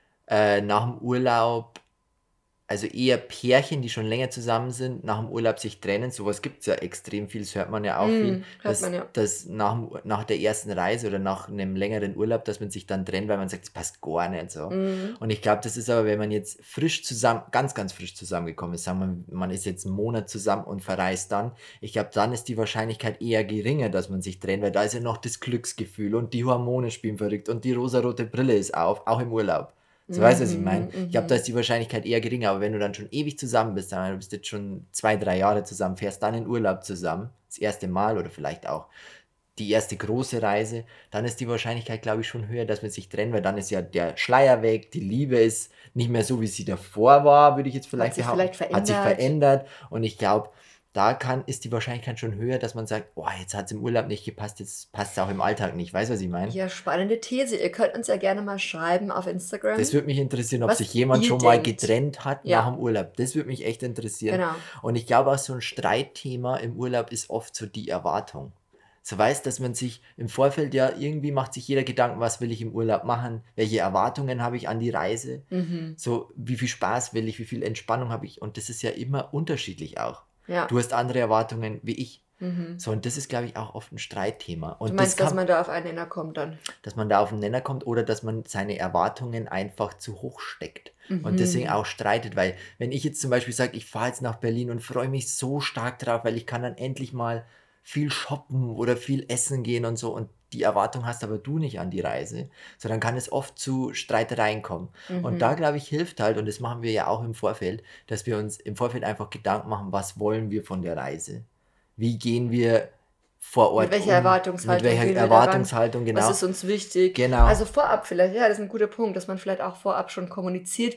nach dem Urlaub, also eher Pärchen, die schon länger zusammen sind, nach dem Urlaub sich trennen. Sowas gibt es ja extrem viel, das hört man ja auch viel. Dass nach der ersten Reise oder nach einem längeren Urlaub, dass man sich dann trennt, weil man sagt, das passt gar nicht so. Und ich glaube, das ist aber, wenn man jetzt frisch zusammen, ganz, ganz frisch zusammengekommen ist, sagen wir, man ist jetzt einen Monat zusammen und verreist dann, ich glaube, dann ist die Wahrscheinlichkeit eher geringer, dass man sich trennt, weil da ist ja noch das Glücksgefühl und die Hormone spielen verrückt und die rosarote Brille ist auf, auch im Urlaub. So weißt du, was ich meine? Ich glaube, da ist die Wahrscheinlichkeit eher geringer, aber wenn du dann schon ewig zusammen bist, dann du bist jetzt schon 2-3 Jahre zusammen, fährst dann in Urlaub zusammen, das erste Mal oder vielleicht auch die erste große Reise, dann ist die Wahrscheinlichkeit, glaube ich, schon höher, dass man sich trennt, weil dann ist ja der Schleier weg, die Liebe ist nicht mehr so, wie sie davor war, würde ich jetzt vielleicht behaupten. Hat sich verändert und ich glaube, da ist die Wahrscheinlichkeit schon höher, dass man sagt, boah, jetzt hat es im Urlaub nicht gepasst, jetzt passt es auch im Alltag nicht. Weißt du, was ich meine? Ja, spannende These. Ihr könnt uns ja gerne mal schreiben auf Instagram. Das würde mich interessieren, ob sich jemand schon mal getrennt hat nach dem Urlaub. Das würde mich echt interessieren. Genau. Und ich glaube auch, so ein Streitthema im Urlaub ist oft so die Erwartung. So weißt, dass man sich im Vorfeld ja irgendwie macht sich jeder Gedanken, was will ich im Urlaub machen, welche Erwartungen habe ich an die Reise, so wie viel Spaß will ich, wie viel Entspannung habe ich und das ist ja immer unterschiedlich auch. Ja. Du hast andere Erwartungen wie ich. So, und das ist, glaube ich, auch oft ein Streitthema. Und du meinst, dass man da auf einen Nenner kommt dann? Dass man da auf einen Nenner kommt oder dass man seine Erwartungen einfach zu hoch steckt. Und deswegen auch streitet, weil wenn ich jetzt zum Beispiel sage, ich fahre jetzt nach Berlin und freue mich so stark drauf, weil ich kann dann endlich mal viel shoppen oder viel essen gehen und so und die Erwartung hast aber du nicht an die Reise, so dann kann es oft zu Streitereien kommen. Und da, glaube ich, hilft halt, und das machen wir ja auch im Vorfeld, dass wir uns im Vorfeld einfach Gedanken machen, was wollen wir von der Reise? Wie gehen wir vor Ort mit welcher Erwartungshaltung? Mit welcher Erwartungshaltung, genau. Was ist uns wichtig? Genau. Also vorab vielleicht, ja, das ist ein guter Punkt, dass man vielleicht auch vorab schon kommuniziert.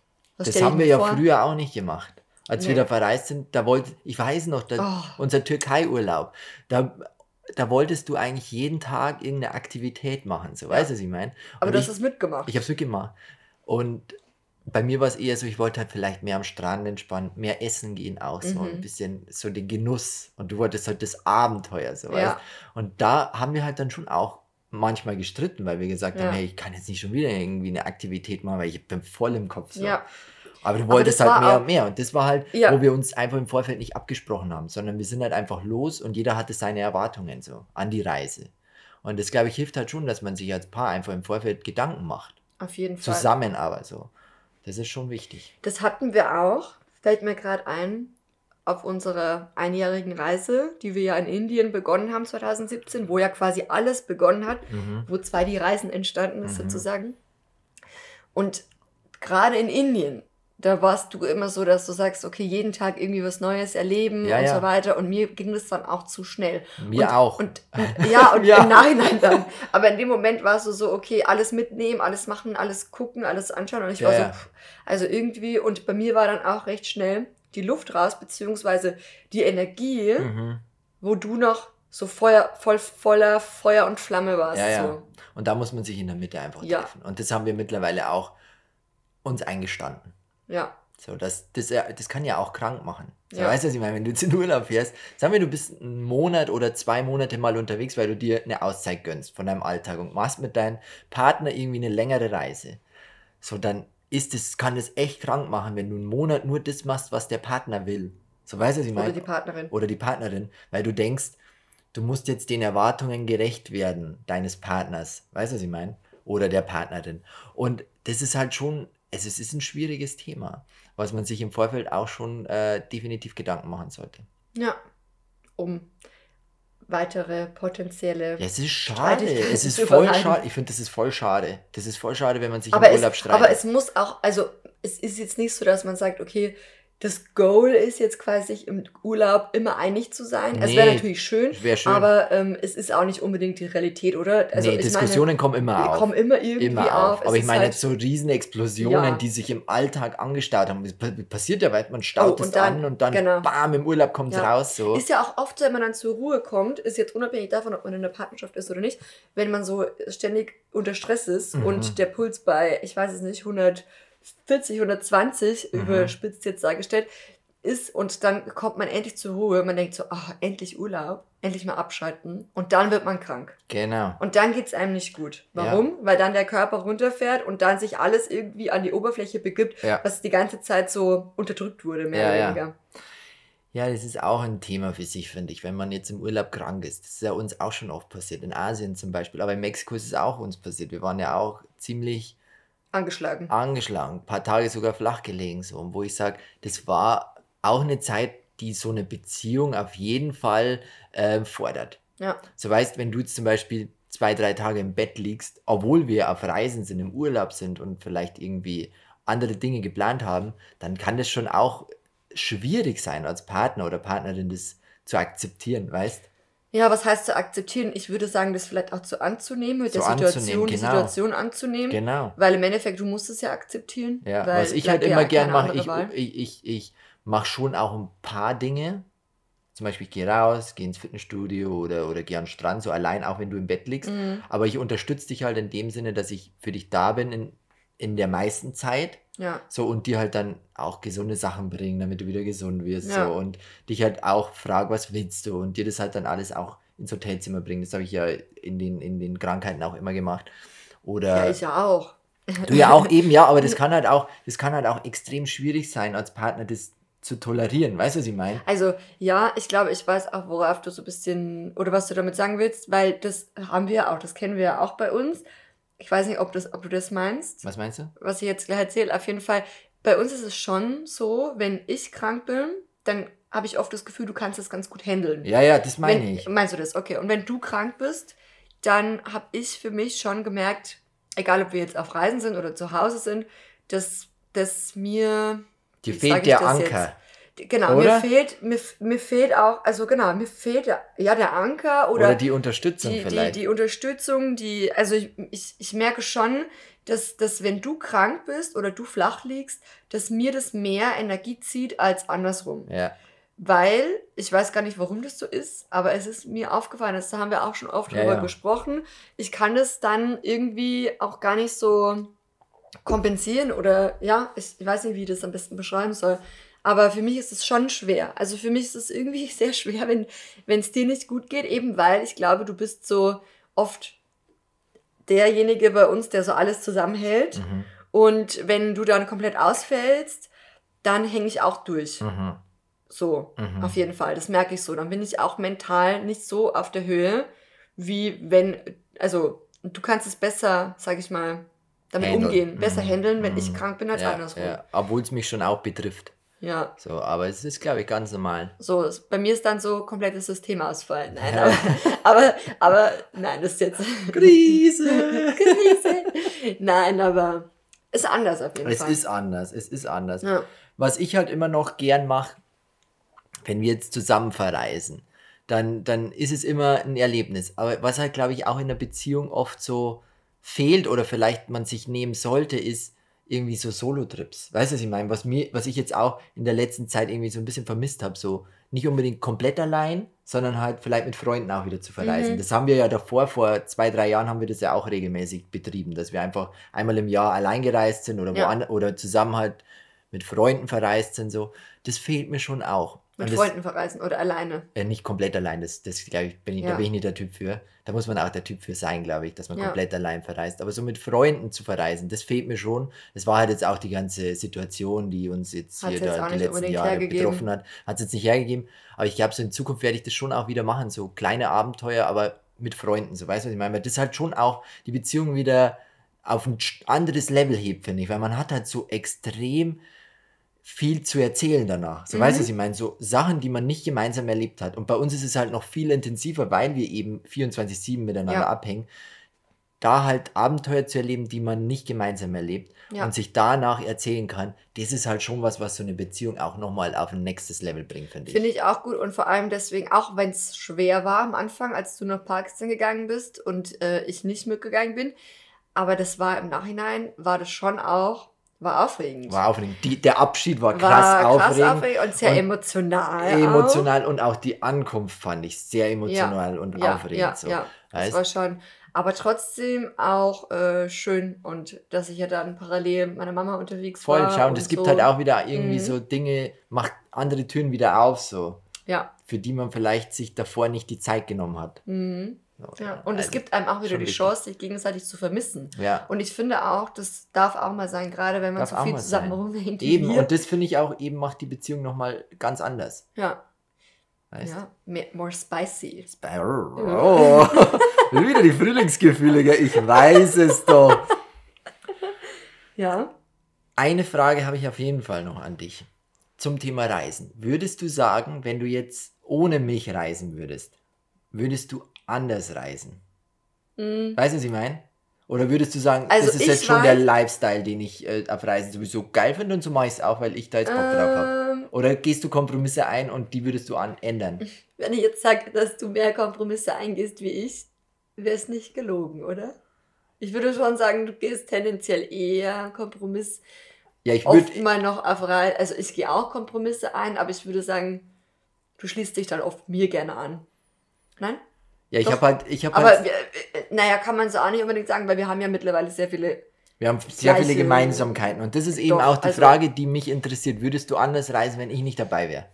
Das haben wir ja früher auch nicht gemacht. Als wir da verreist sind, ich weiß noch, unser Türkei-Urlaub, da wolltest du eigentlich jeden Tag irgendeine Aktivität machen, so weißt du, was ich meine? Aber du hast es mitgemacht. Ich habe es mitgemacht. Und bei mir war es eher so, ich wollte halt vielleicht mehr am Strand entspannen, mehr essen gehen auch, so ein bisschen so den Genuss. Und du wolltest halt das Abenteuer, so weißt du? Und da haben wir halt dann schon auch manchmal gestritten, weil wir gesagt haben, hey, ich kann jetzt nicht schon wieder irgendwie eine Aktivität machen, weil ich bin voll im Kopf so. Ja. Aber du wolltest halt mehr und mehr. Und das war halt, wo wir uns einfach im Vorfeld nicht abgesprochen haben, sondern wir sind halt einfach los und jeder hatte seine Erwartungen so an die Reise. Und das, glaube ich, hilft halt schon, dass man sich als Paar einfach im Vorfeld Gedanken macht. Auf jeden Fall. Zusammen aber so. Das ist schon wichtig. Das hatten wir auch, fällt mir gerade ein, auf unserer einjährigen Reise, die wir ja in Indien begonnen haben 2017, wo ja quasi alles begonnen hat, wo die Reisen entstanden ist sozusagen. Und gerade in Indien, da warst du immer so, dass du sagst, okay, jeden Tag irgendwie was Neues erleben so weiter. Und mir ging das dann auch zu schnell. Mir auch. Und im Nachhinein dann. Aber in dem Moment warst du so, okay, alles mitnehmen, alles machen, alles gucken, alles anschauen. Und ich war so, also irgendwie, und bei mir war dann auch recht schnell die Luft raus, beziehungsweise die Energie, wo du noch so voller Feuer und Flamme warst. Ja. So. Und da muss man sich in der Mitte einfach treffen. Und das haben wir mittlerweile auch uns eingestanden. Ja. So, das kann ja auch krank machen. So, weißt du, was ich meine? Wenn du jetzt in Urlaub fährst, sagen wir, du bist einen Monat oder 2 Monate mal unterwegs, weil du dir eine Auszeit gönnst von deinem Alltag und machst mit deinem Partner irgendwie eine längere Reise. So, dann kann das echt krank machen, wenn du einen Monat nur das machst, was der Partner will. So, weißt du, was ich meine? Oder die Partnerin. Weil du denkst, du musst jetzt den Erwartungen gerecht werden, deines Partners. Weißt du, was ich meine? Oder der Partnerin. Und das ist halt schon, es ist ein schwieriges Thema, was man sich im Vorfeld auch schon definitiv Gedanken machen sollte. Ja, um weitere potenzielle es ist schade. Es ist voll schade. Ich finde, das ist voll schade. Das ist voll schade, wenn man sich im Urlaub streitet. Aber es muss auch, also es ist jetzt nicht so, dass man sagt, okay, das Goal ist jetzt quasi im Urlaub immer einig zu sein. Nee, es wäre natürlich schön, aber es ist auch nicht unbedingt die Realität, oder? Also, Diskussionen kommen immer auf. Kommen immer irgendwie auf. Aber ich meine jetzt so Riesenexplosionen, die sich im Alltag angestaut haben. Das passiert ja, weil man staut es an und dann bam, im Urlaub kommt es raus. So. Ist ja auch oft, wenn man dann zur Ruhe kommt, ist jetzt unabhängig davon, ob man in einer Partnerschaft ist oder nicht, wenn man so ständig unter Stress ist und der Puls bei, ich weiß es nicht, 140, 120, überspitzt jetzt dargestellt, ist und dann kommt man endlich zur Ruhe. Man denkt so, endlich Urlaub, endlich mal abschalten und dann wird man krank. Genau. Und dann geht es einem nicht gut. Warum? Weil dann der Körper runterfährt und dann sich alles irgendwie an die Oberfläche begibt, was die ganze Zeit so unterdrückt wurde, mehr oder weniger. Ja, das ist auch ein Thema für sich, finde ich, wenn man jetzt im Urlaub krank ist. Das ist ja uns auch schon oft passiert, in Asien zum Beispiel, aber in Mexiko ist es auch uns passiert. Wir waren ja auch ziemlich angeschlagen, ein paar Tage sogar flach gelegen, so. Und wo ich sage, das war auch eine Zeit, die so eine Beziehung auf jeden Fall fordert. Ja. So weißt, wenn du jetzt zum Beispiel 2, 3 Tage im Bett liegst, obwohl wir auf Reisen sind, im Urlaub sind und vielleicht irgendwie andere Dinge geplant haben, dann kann das schon auch schwierig sein, als Partner oder Partnerin das zu akzeptieren, weißt? Ja, was heißt zu akzeptieren? Ich würde sagen, das vielleicht auch anzunehmen, die Situation anzunehmen. Genau. Weil im Endeffekt, du musst es ja akzeptieren. Ja, was ich halt immer gern mache, ich mache schon auch ein paar Dinge. Zum Beispiel, ich gehe raus, gehe ins Fitnessstudio oder gehe an den Strand, so allein, auch wenn du im Bett liegst. Aber ich unterstütze dich halt in dem Sinne, dass ich für dich da bin in der meisten Zeit. Ja. So, und dir halt dann auch gesunde Sachen bringen, damit du wieder gesund wirst. Ja. So, und dich halt auch frag, was willst du? Und dir das halt dann alles auch ins Hotelzimmer bringen. Das habe ich ja in den Krankheiten auch immer gemacht. Oder ja, ich ja auch. Du ja auch eben, ja, aber das kann halt auch extrem schwierig sein, als Partner das zu tolerieren. Weißt du, was ich meine? Also, ja, ich glaube, ich weiß auch, worauf du so ein bisschen, oder was du damit sagen willst, weil das haben wir ja auch, das kennen wir ja auch bei uns. Ich weiß nicht, ob du das meinst. Was meinst du? Was ich jetzt gleich erzähle. Auf jeden Fall, bei uns ist es schon so, wenn ich krank bin, dann habe ich oft das Gefühl, du kannst das ganz gut handeln. Ja, das meine ich. Meinst du das? Okay. Und wenn du krank bist, dann habe ich für mich schon gemerkt, egal ob wir jetzt auf Reisen sind oder zu Hause sind, dass mir... Dir fehlt der Anker. Jetzt? Genau, mir fehlt auch, also genau, mir fehlt ja der Anker oder die Unterstützung vielleicht. Die Unterstützung, also ich merke schon, dass wenn du krank bist oder du flach liegst, dass mir das mehr Energie zieht als andersrum. Ja. Weil, ich weiß gar nicht, warum das so ist, aber es ist mir aufgefallen, da haben wir auch schon oft drüber gesprochen. Ich kann das dann irgendwie auch gar nicht so kompensieren oder ich weiß nicht, wie ich das am besten beschreiben soll. Aber für mich ist es schon schwer. Also für mich ist es irgendwie sehr schwer, wenn es dir nicht gut geht, eben weil ich glaube, du bist so oft derjenige bei uns, der so alles zusammenhält. Und wenn du dann komplett ausfällst, dann hänge ich auch durch. So, auf jeden Fall. Das merke ich so. Dann bin ich auch mental nicht so auf der Höhe, wie wenn, also du kannst es besser, sag ich mal, damit umgehen. Besser handeln, wenn ich krank bin, als andersrum. Ja. Obwohl es mich schon auch betrifft. Ja. So, aber es ist, glaube ich, ganz normal. So, bei mir ist dann so komplettes Systemausfall. Nein, aber nein, das ist jetzt... Krise! Nein, aber ist anders auf jeden Fall. Es ist anders. Ja. Was ich halt immer noch gern mache, wenn wir jetzt zusammen verreisen, dann ist es immer ein Erlebnis. Aber was halt, glaube ich, auch in der Beziehung oft so fehlt oder vielleicht man sich nehmen sollte, ist irgendwie so Solo-Trips. Weißt du, was ich meine? Was ich jetzt auch in der letzten Zeit irgendwie so ein bisschen vermisst habe, so nicht unbedingt komplett allein, sondern halt vielleicht mit Freunden auch wieder zu verreisen. Das haben wir ja davor, vor 2-3 Jahren haben wir das ja auch regelmäßig betrieben, dass wir einfach einmal im Jahr allein gereist sind oder oder zusammen halt mit Freunden verreist sind. So. Das fehlt mir schon auch. Mit Freunden verreisen oder alleine? Nicht komplett allein, das glaube ich, da bin ich nicht der Typ für. Da muss man auch der Typ für sein, glaube ich, dass man komplett allein verreist. Aber so mit Freunden zu verreisen, das fehlt mir schon. Das war halt jetzt auch die ganze Situation, die uns jetzt hier die letzten Jahre betroffen hat. Hat es jetzt nicht hergegeben. Aber ich glaube, so in Zukunft werde ich das schon auch wieder machen. So kleine Abenteuer, aber mit Freunden. So, weißt du, was ich meine? Weil das halt schon auch die Beziehung wieder auf ein anderes Level hebt, finde ich. Weil man hat halt so extrem viel zu erzählen danach. So, weißt du, was ich meine? So Sachen, die man nicht gemeinsam erlebt hat. Und bei uns ist es halt noch viel intensiver, weil wir eben 24/7 miteinander abhängen, da halt Abenteuer zu erleben, die man nicht gemeinsam erlebt und sich danach erzählen kann. Das ist halt schon was so eine Beziehung auch nochmal auf ein nächstes Level bringt, finde ich. Finde ich auch gut und vor allem deswegen, auch wenn es schwer war am Anfang, als du nach Pakistan gegangen bist und ich nicht mitgegangen bin, aber das war im Nachhinein, war das schon auch War aufregend. Der Abschied war krass aufregend. Und sehr emotional. Emotional und auch die Ankunft fand ich sehr emotional und aufregend. Ja, das war schon. Aber trotzdem auch schön und dass ich ja dann parallel mit meiner Mama unterwegs war. Voll, schau, und es gibt halt auch wieder irgendwie so Dinge, macht andere Türen wieder auf, so. Ja. Für die man vielleicht sich davor nicht die Zeit genommen hat. Ja, und es gibt einem auch wieder die Chance, sich gegenseitig zu vermissen. Ja. Und ich finde auch, das darf auch mal sein, gerade wenn man so viel zusammen rumhängt. Eben, und das finde ich auch, eben macht die Beziehung nochmal ganz anders. Ja. Weißt? Ja, more spicy. Oh, wieder die Frühlingsgefühle, gell? Ich weiß es doch. Ja. Eine Frage habe ich auf jeden Fall noch an dich. Zum Thema Reisen. Würdest du sagen, wenn du jetzt ohne mich reisen würdest, würdest du anders reisen? Weißt du, was ich meine? Oder würdest du sagen, also das ist jetzt schon der Lifestyle, den ich auf Reisen sowieso geil finde und so mache ich es auch, weil ich da jetzt Bock drauf habe? Oder gehst du Kompromisse ein und die würdest du ändern? Wenn ich jetzt sage, dass du mehr Kompromisse eingehst wie ich, wäre es nicht gelogen, oder? Ich würde schon sagen, du gehst tendenziell eher Kompromiss. Ja, ich würde mal noch auf Reisen, also ich gehe auch Kompromisse ein, aber ich würde sagen, du schließt dich dann oft mir gerne an. Nein? Ja, ich habe halt... Aber, naja, kann man so auch nicht unbedingt sagen, weil wir haben ja mittlerweile sehr viele... Wir haben sehr viele Gemeinsamkeiten. Und das ist eben auch die Frage, die mich interessiert. Würdest du anders reisen, wenn ich nicht dabei wäre?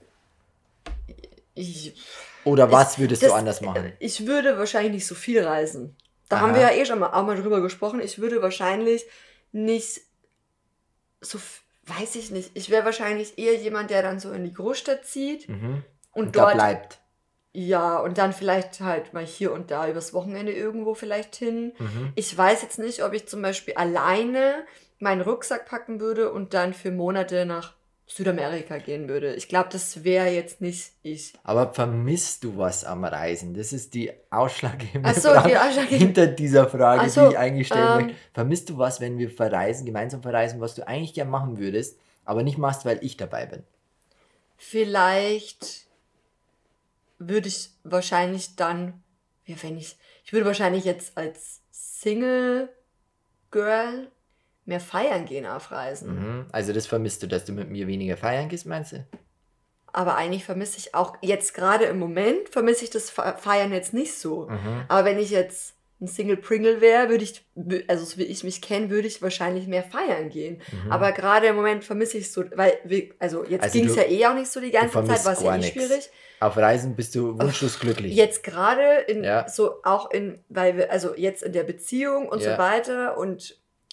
Oder was würdest du anders machen? Ich würde wahrscheinlich nicht so viel reisen. Da haben wir ja schon mal drüber gesprochen. Ich würde wahrscheinlich nicht so... Weiß ich nicht. Ich wäre wahrscheinlich eher jemand, der dann so in die Großstadt zieht und dort da bleibt. Ja, und dann vielleicht halt mal hier und da übers Wochenende irgendwo vielleicht hin. Ich weiß jetzt nicht, ob ich zum Beispiel alleine meinen Rucksack packen würde und dann für Monate nach Südamerika gehen würde. Ich glaube, das wäre jetzt nicht ich. Aber vermisst du was am Reisen? Das ist die ausschlaggebende Frage hinter dieser Frage, die ich eigentlich stellen möchte. Vermisst du was, wenn wir gemeinsam verreisen, was du eigentlich gerne machen würdest, aber nicht machst, weil ich dabei bin? Vielleicht... würde ich wahrscheinlich dann, ich würde wahrscheinlich jetzt als Single Girl mehr feiern gehen auf Reisen. Also das vermisst du, dass du mit mir weniger feiern gehst, meinst du? Aber eigentlich vermisse ich auch, jetzt gerade im Moment, vermisse ich das Feiern jetzt nicht so. Aber wenn ich jetzt ein Single Pringle wäre, würde ich, also so wie ich mich kenne, würde ich wahrscheinlich mehr feiern gehen. Aber gerade im Moment vermisse ich es so, weil, jetzt ging es ja auch nicht so die ganze Zeit, war es ja nicht schwierig. Auf Reisen bist du wunschlos glücklich. Jetzt gerade weil wir, also jetzt in der Beziehung und so weiter und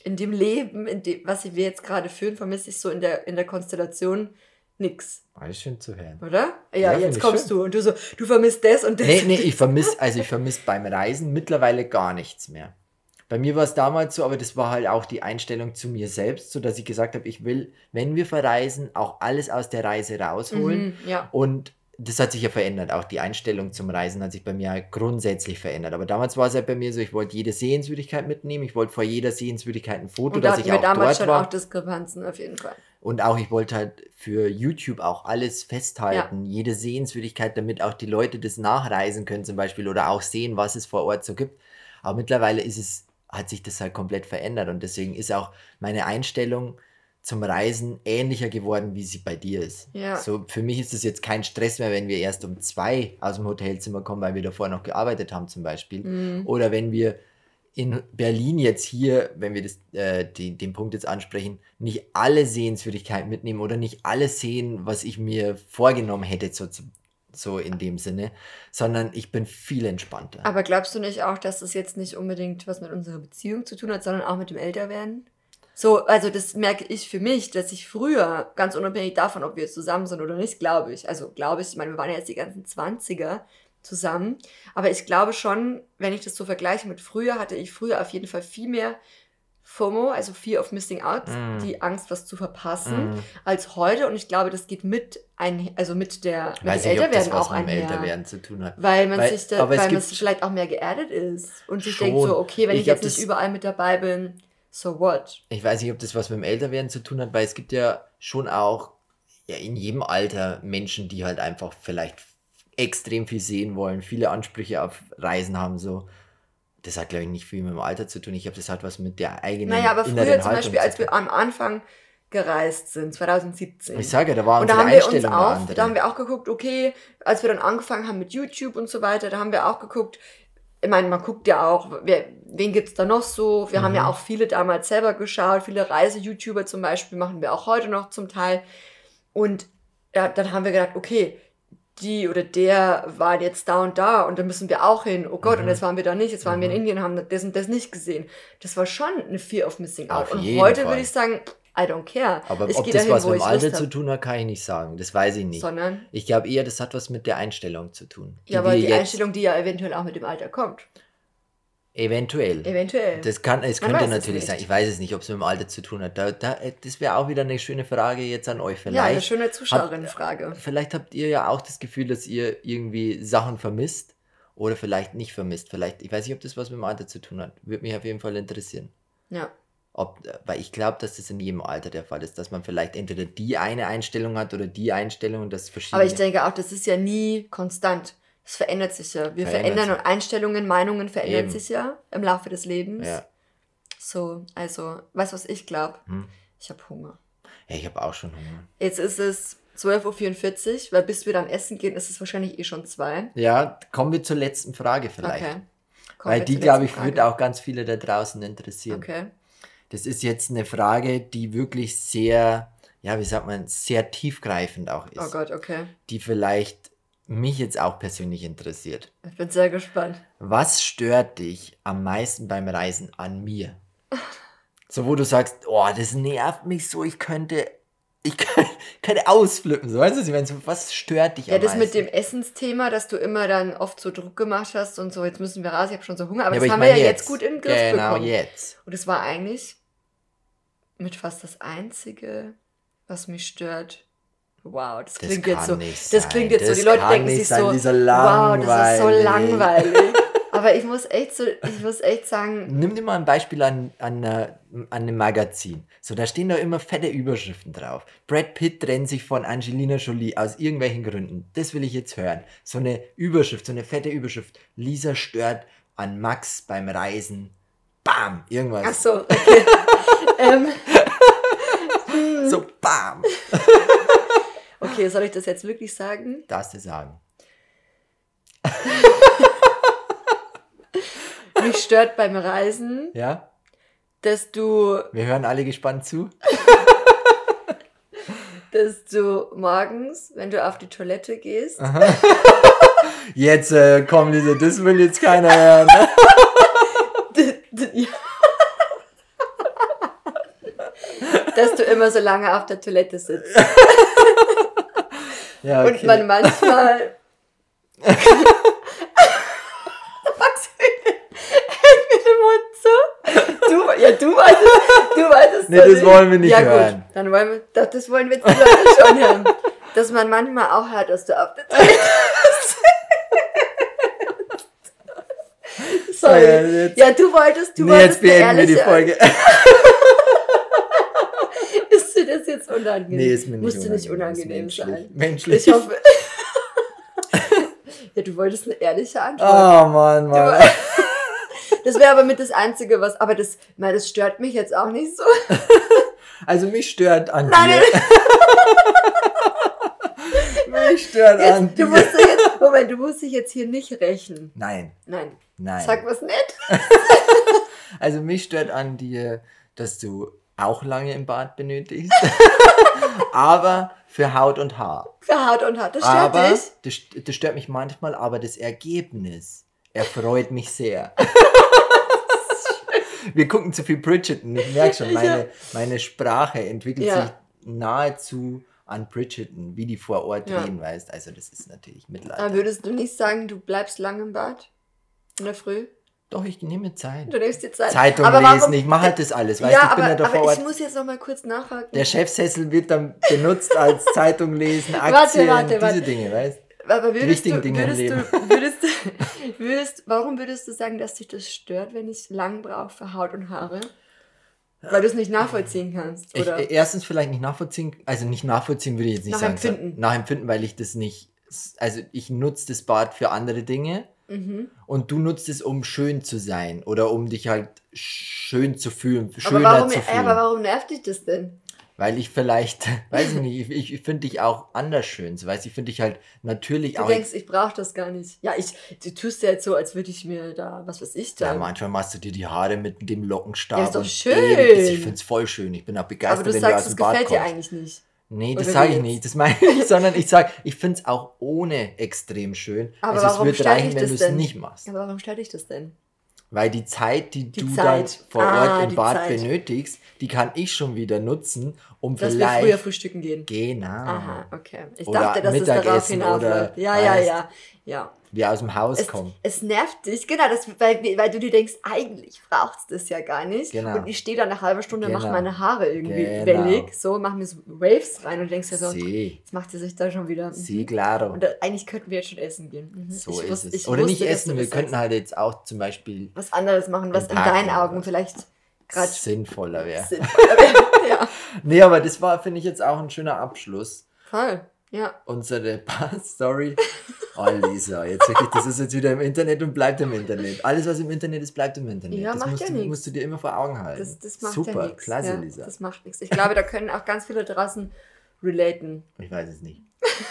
in dem Leben, was wir jetzt gerade führen, vermisse ich so in der Konstellation nix. Alles schön zu hören. Oder? Ja, jetzt kommst du und du vermisst das und das. Nee, ich vermisse beim Reisen mittlerweile gar nichts mehr. Bei mir war es damals so, aber das war halt auch die Einstellung zu mir selbst, so dass ich gesagt habe, ich will, wenn wir verreisen, auch alles aus der Reise rausholen. Ja. Und das hat sich ja verändert. Auch die Einstellung zum Reisen hat sich bei mir grundsätzlich verändert. Aber damals war es halt bei mir so, ich wollte jede Sehenswürdigkeit mitnehmen. Ich wollte vor jeder Sehenswürdigkeit ein Foto, und da dass ich auch dort war. Und damals schon auch Diskrepanzen auf jeden Fall. Und auch, ich wollte halt für YouTube auch alles festhalten, jede Sehenswürdigkeit, damit auch die Leute das nachreisen können zum Beispiel oder auch sehen, was es vor Ort so gibt. Aber mittlerweile hat sich das halt komplett verändert und deswegen ist auch meine Einstellung zum Reisen ähnlicher geworden, wie sie bei dir ist. Ja. So, für mich ist es jetzt kein Stress mehr, wenn wir erst um 2 aus dem Hotelzimmer kommen, weil wir davor noch gearbeitet haben zum Beispiel. Oder wenn wir in Berlin jetzt hier, wenn wir den Punkt jetzt ansprechen, nicht alle Sehenswürdigkeiten mitnehmen oder nicht alles sehen, was ich mir vorgenommen hätte, so in dem Sinne, sondern ich bin viel entspannter. Aber glaubst du nicht auch, dass das jetzt nicht unbedingt was mit unserer Beziehung zu tun hat, sondern auch mit dem Älterwerden? So, also das merke ich für mich, dass ich früher, ganz unabhängig davon, ob wir jetzt zusammen sind oder nicht, glaube ich, ich meine, wir waren ja jetzt die ganzen 20er zusammen, aber ich glaube schon, wenn ich das so vergleiche mit früher, hatte ich früher auf jeden Fall viel mehr FOMO, also Fear of Missing Out, die Angst, was zu verpassen, als heute. Und ich glaube, das geht mit dem Älterwerden auch einher. Älterwerden zu tun hat. Weil man vielleicht auch mehr geerdet ist und sich denkt so, okay, wenn ich jetzt nicht überall mit dabei bin, so what? Ich weiß nicht, ob das was mit dem Älterwerden zu tun hat, weil es gibt ja schon auch in jedem Alter Menschen, die halt einfach vielleicht extrem viel sehen wollen, viele Ansprüche auf Reisen haben, so. Das hat, glaube ich, nicht viel mit dem Alter zu tun. Ich glaube, das hat was mit der eigenen inneren Haltung zu tun. Naja, aber früher zum Beispiel, als wir am Anfang gereist sind, 2017. Ich sage ja, da war unsere Einstellung eine andere. Da haben wir auch geguckt, okay, als wir dann angefangen haben mit YouTube und so weiter, da haben wir auch geguckt, ich meine, man guckt ja auch, wen gibt's da noch so? Wir haben ja auch viele damals selber geschaut, viele Reise-YouTuber zum Beispiel machen wir auch heute noch zum Teil. Und ja, dann haben wir gedacht, okay, die oder der war jetzt da und da und da müssen wir auch hin. Oh Gott, und jetzt waren wir da nicht, jetzt waren wir in Indien, haben das und das nicht gesehen. Das war schon eine Fear of Missing Out. Und heute würde ich sagen, I don't care. Aber ob das was mit dem Alter zu tun hat, kann ich nicht sagen. Das weiß ich nicht. Sondern? Ich glaube eher, das hat was mit der Einstellung zu tun. Ja, aber die Einstellung, die ja eventuell auch mit dem Alter kommt. Eventuell. Es könnte natürlich sein. Ich weiß es nicht, ob es mit dem Alter zu tun hat. Das wäre auch wieder eine schöne Frage jetzt an euch. Vielleicht ja, eine schöne Zuschauerinnenfrage. Vielleicht habt ihr ja auch das Gefühl, dass ihr irgendwie Sachen vermisst oder vielleicht nicht vermisst. Ich weiß nicht, ob das was mit dem Alter zu tun hat. Würde mich auf jeden Fall interessieren. Ja. Weil ich glaube, dass das in jedem Alter der Fall ist, dass man vielleicht entweder die eine Einstellung hat oder die Einstellung, das verschiedene. Aber ich denke auch, das ist ja nie konstant. Das verändert sich ja. Wir verändern und Einstellungen, Meinungen verändern sich ja im Laufe des Lebens. Ja. So, also, weißt du, was ich glaube? Ich habe Hunger. Ja, ich habe auch schon Hunger. Jetzt ist es 12.44 Uhr, weil bis wir dann essen gehen, ist es wahrscheinlich eh schon 2. Ja, kommen wir zur letzten Frage vielleicht. Okay. Weil die, glaube ich, wird auch ganz viele da draußen interessieren. Okay. Das ist jetzt eine Frage, die wirklich sehr, sehr tiefgreifend auch ist. Oh Gott, okay. Die vielleicht mich jetzt auch persönlich interessiert. Ich bin sehr gespannt. Was stört dich am meisten beim Reisen an mir? So, wo du sagst, oh, das nervt mich so, ich könnte ausflippen. So, weißt du, ich meine, so, was stört dich am meisten? Ja, das mit dem Essensthema, dass du immer dann oft so Druck gemacht hast und so, jetzt müssen wir raus, ich habe schon so Hunger. Aber das haben wir ja jetzt gut in den Griff bekommen. Genau, jetzt. Und es war eigentlich mit fast das Einzige, was mich stört. Wow, das klingt jetzt so. Das klingt jetzt so. Die Leute denken sich so, wow, das ist so langweilig. Aber ich muss echt sagen. Nimm dir mal ein Beispiel an einem Magazin. So, da stehen da immer fette Überschriften drauf. Brad Pitt trennt sich von Angelina Jolie aus irgendwelchen Gründen. Das will ich jetzt hören. So eine Überschrift, so eine fette Überschrift. Lisa stört an Max beim Reisen. Bam! Irgendwas. Ach so, okay. So, bam! Okay, soll ich das jetzt wirklich sagen? Darfst du sagen. Mich stört beim Reisen, ja? dass du... Wir hören alle gespannt zu. Dass du morgens, wenn du auf die Toilette gehst... Jetzt, komm Lisa, das will jetzt keiner hören. dass du immer so lange auf der Toilette sitzt. Ja, okay. Und man manchmal... Max, hält mir den Mund zu. Du wolltest Nee, das wollen wir nicht hören. Gut, dann wollen wir, das wollen wir jetzt die Leute schon hören. Dass man manchmal auch hört, dass du auf der Toilette bist. Sorry. Ja, du wolltest jetzt beenden wir die Folge. Ist dir das jetzt unangenehm? Nee, ist mir nicht Musste nicht unangenehm sein. Menschlich. Ich hoffe... Ja, du wolltest eine ehrliche Antwort. Oh, Mann. Das wäre aber mit das Einzige, was... Aber das stört mich jetzt auch nicht so. Also mich stört an Nein, dir. Mich stört an dir. Du musst dich jetzt hier nicht rächen. Nein. Sag was nett. Also mich stört an dir, dass du auch lange im Bad benötigst. Aber für Haut und Haar. Für Haut und Haar, das stört dich? Das stört mich manchmal, aber das Ergebnis erfreut mich sehr. Wir gucken zu viel Bridgerton. Ich merke schon, meine Sprache entwickelt sich nahezu an Bridgerton, wie die vor Ort drehen, weißt. Also das ist natürlich Mitleid. Aber würdest du nicht sagen, du bleibst lang im Bad? In der Früh? Doch, ich nehme Zeit. Du nimmst dir Zeit. Zeitung lesen, ich mache halt das alles, weißt du, ich bin ja da vor Ort. Ich muss jetzt noch mal kurz nachhaken. Der Chefsessel wird dann benutzt als Zeitung lesen, Aktien, diese Dinge, weißt du? Aber warum würdest du sagen, dass dich das stört, wenn ich lang brauche für Haut und Haare? Weil du es nicht nachvollziehen kannst, oder? Erstens vielleicht nicht nachvollziehen, also nicht nachvollziehen würde ich jetzt nicht sagen. Nachempfinden, weil ich das nicht, also ich nutze das Bad für andere Dinge und du nutzt es, um schön zu sein oder um dich halt schön zu fühlen, schöner zu fühlen. Aber warum nervt dich das denn? Weil ich vielleicht, weiß ich nicht, ich finde dich auch anders schön. So, weißt, ich finde dich halt natürlich auch... Du denkst, ich brauche das gar nicht. Ja, du tust ja jetzt so, als würde ich mir da, was weiß ich da... Ja, manchmal machst du dir die Haare mit dem Lockenstab. Ja, ist doch schön. Ich finde es voll schön. Ich bin auch begeistert, wenn du aus dem Bad kommst. Aber du sagst, das gefällt dir eigentlich nicht. Nee, das sage ich nicht. Das meine ich, sondern ich sage, ich finde es auch ohne extrem schön. Aber also warum es wird reichen, wenn du es nicht machst. Aber warum stört dich das denn? Weil die Zeit, die du dann vor Ort im Bad benötigst, die kann ich schon wieder nutzen, um dass vielleicht... wir früher frühstücken gehen. Genau. Aha, okay. Ich oder dachte, dass es darauf hinausläuft. Ja. Wie aus dem Haus kommen. Es nervt dich, genau, weil du dir denkst, eigentlich brauchst du das ja gar nicht. Genau. Und ich stehe da eine halbe Stunde, mache meine Haare irgendwie wellig, so, mache mir so Waves rein und denkst ja so, jetzt macht sie sich da schon wieder... Claro. Und eigentlich könnten wir jetzt schon essen gehen. So ist es. Oder nicht essen, wir könnten halt jetzt auch zum Beispiel... was anderes machen, was in deinen Augen vielleicht gerade... sinnvoller wäre. Ja. Nee, aber das war, finde ich, jetzt auch ein schöner Abschluss. Voll. Ja. Unsere Story. Oh, Lisa, jetzt wirklich, das ist jetzt wieder im Internet und bleibt im Internet. Alles, was im Internet ist, bleibt im Internet. Ja, das musst du dir immer vor Augen halten. Das macht super, ja nichts. Klasse, ja, Lisa. Das macht nichts. Ich glaube, da können auch ganz viele draußen relaten. Ich weiß es nicht.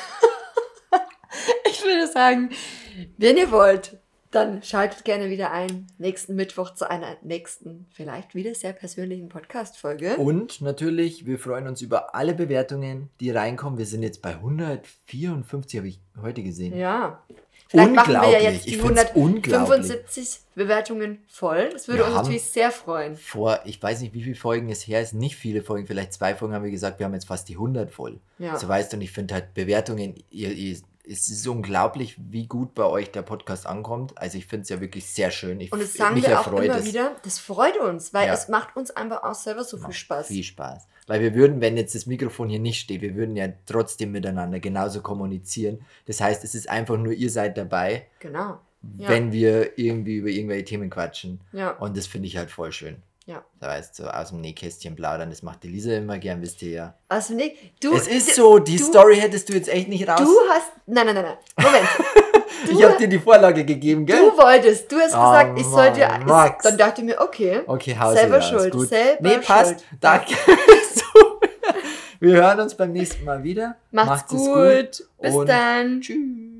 Ich würde sagen, wenn ihr wollt, dann schaltet gerne wieder ein, nächsten Mittwoch zu einer nächsten, vielleicht wieder sehr persönlichen Podcast-Folge. Und natürlich, wir freuen uns über alle Bewertungen, die reinkommen. Wir sind jetzt bei 154, habe ich heute gesehen. Ja. Vielleicht machen wir ja jetzt die ich 175 Bewertungen voll. Das würde uns natürlich sehr freuen. Ich weiß nicht, wie viele Folgen es her ist, nicht viele Folgen, vielleicht 2 Folgen haben wir gesagt, wir haben jetzt fast die 100 voll. Ja. So weißt du, und ich finde halt Bewertungen, es ist unglaublich, wie gut bei euch der Podcast ankommt. Also ich finde es ja wirklich sehr schön. Und das sagen wir auch immer wieder, das freut uns, weil es macht uns einfach auch selber so viel Spaß. Viel Spaß. Weil wir würden, wenn jetzt das Mikrofon hier nicht steht, wir würden ja trotzdem miteinander genauso kommunizieren. Das heißt, es ist einfach nur, ihr seid dabei. Genau. Ja. Wenn wir irgendwie über irgendwelche Themen quatschen. Ja. Und das finde ich halt voll schön. Ja. Da weißt du, aus dem Nähkästchen plaudern, das macht die Lisa immer gern, wisst ihr ja. Aus dem Es ist so, die Story hättest du jetzt echt nicht raus... Nein. Moment. Ich habe dir die Vorlage gegeben, gell? Du hast gesagt, ich soll dir... Dann dachte ich mir, okay, selber schuld. Gut. Selber passt. Schuld. Danke. Wir hören uns beim nächsten Mal wieder. Macht's gut. Bis und dann. Tschüss.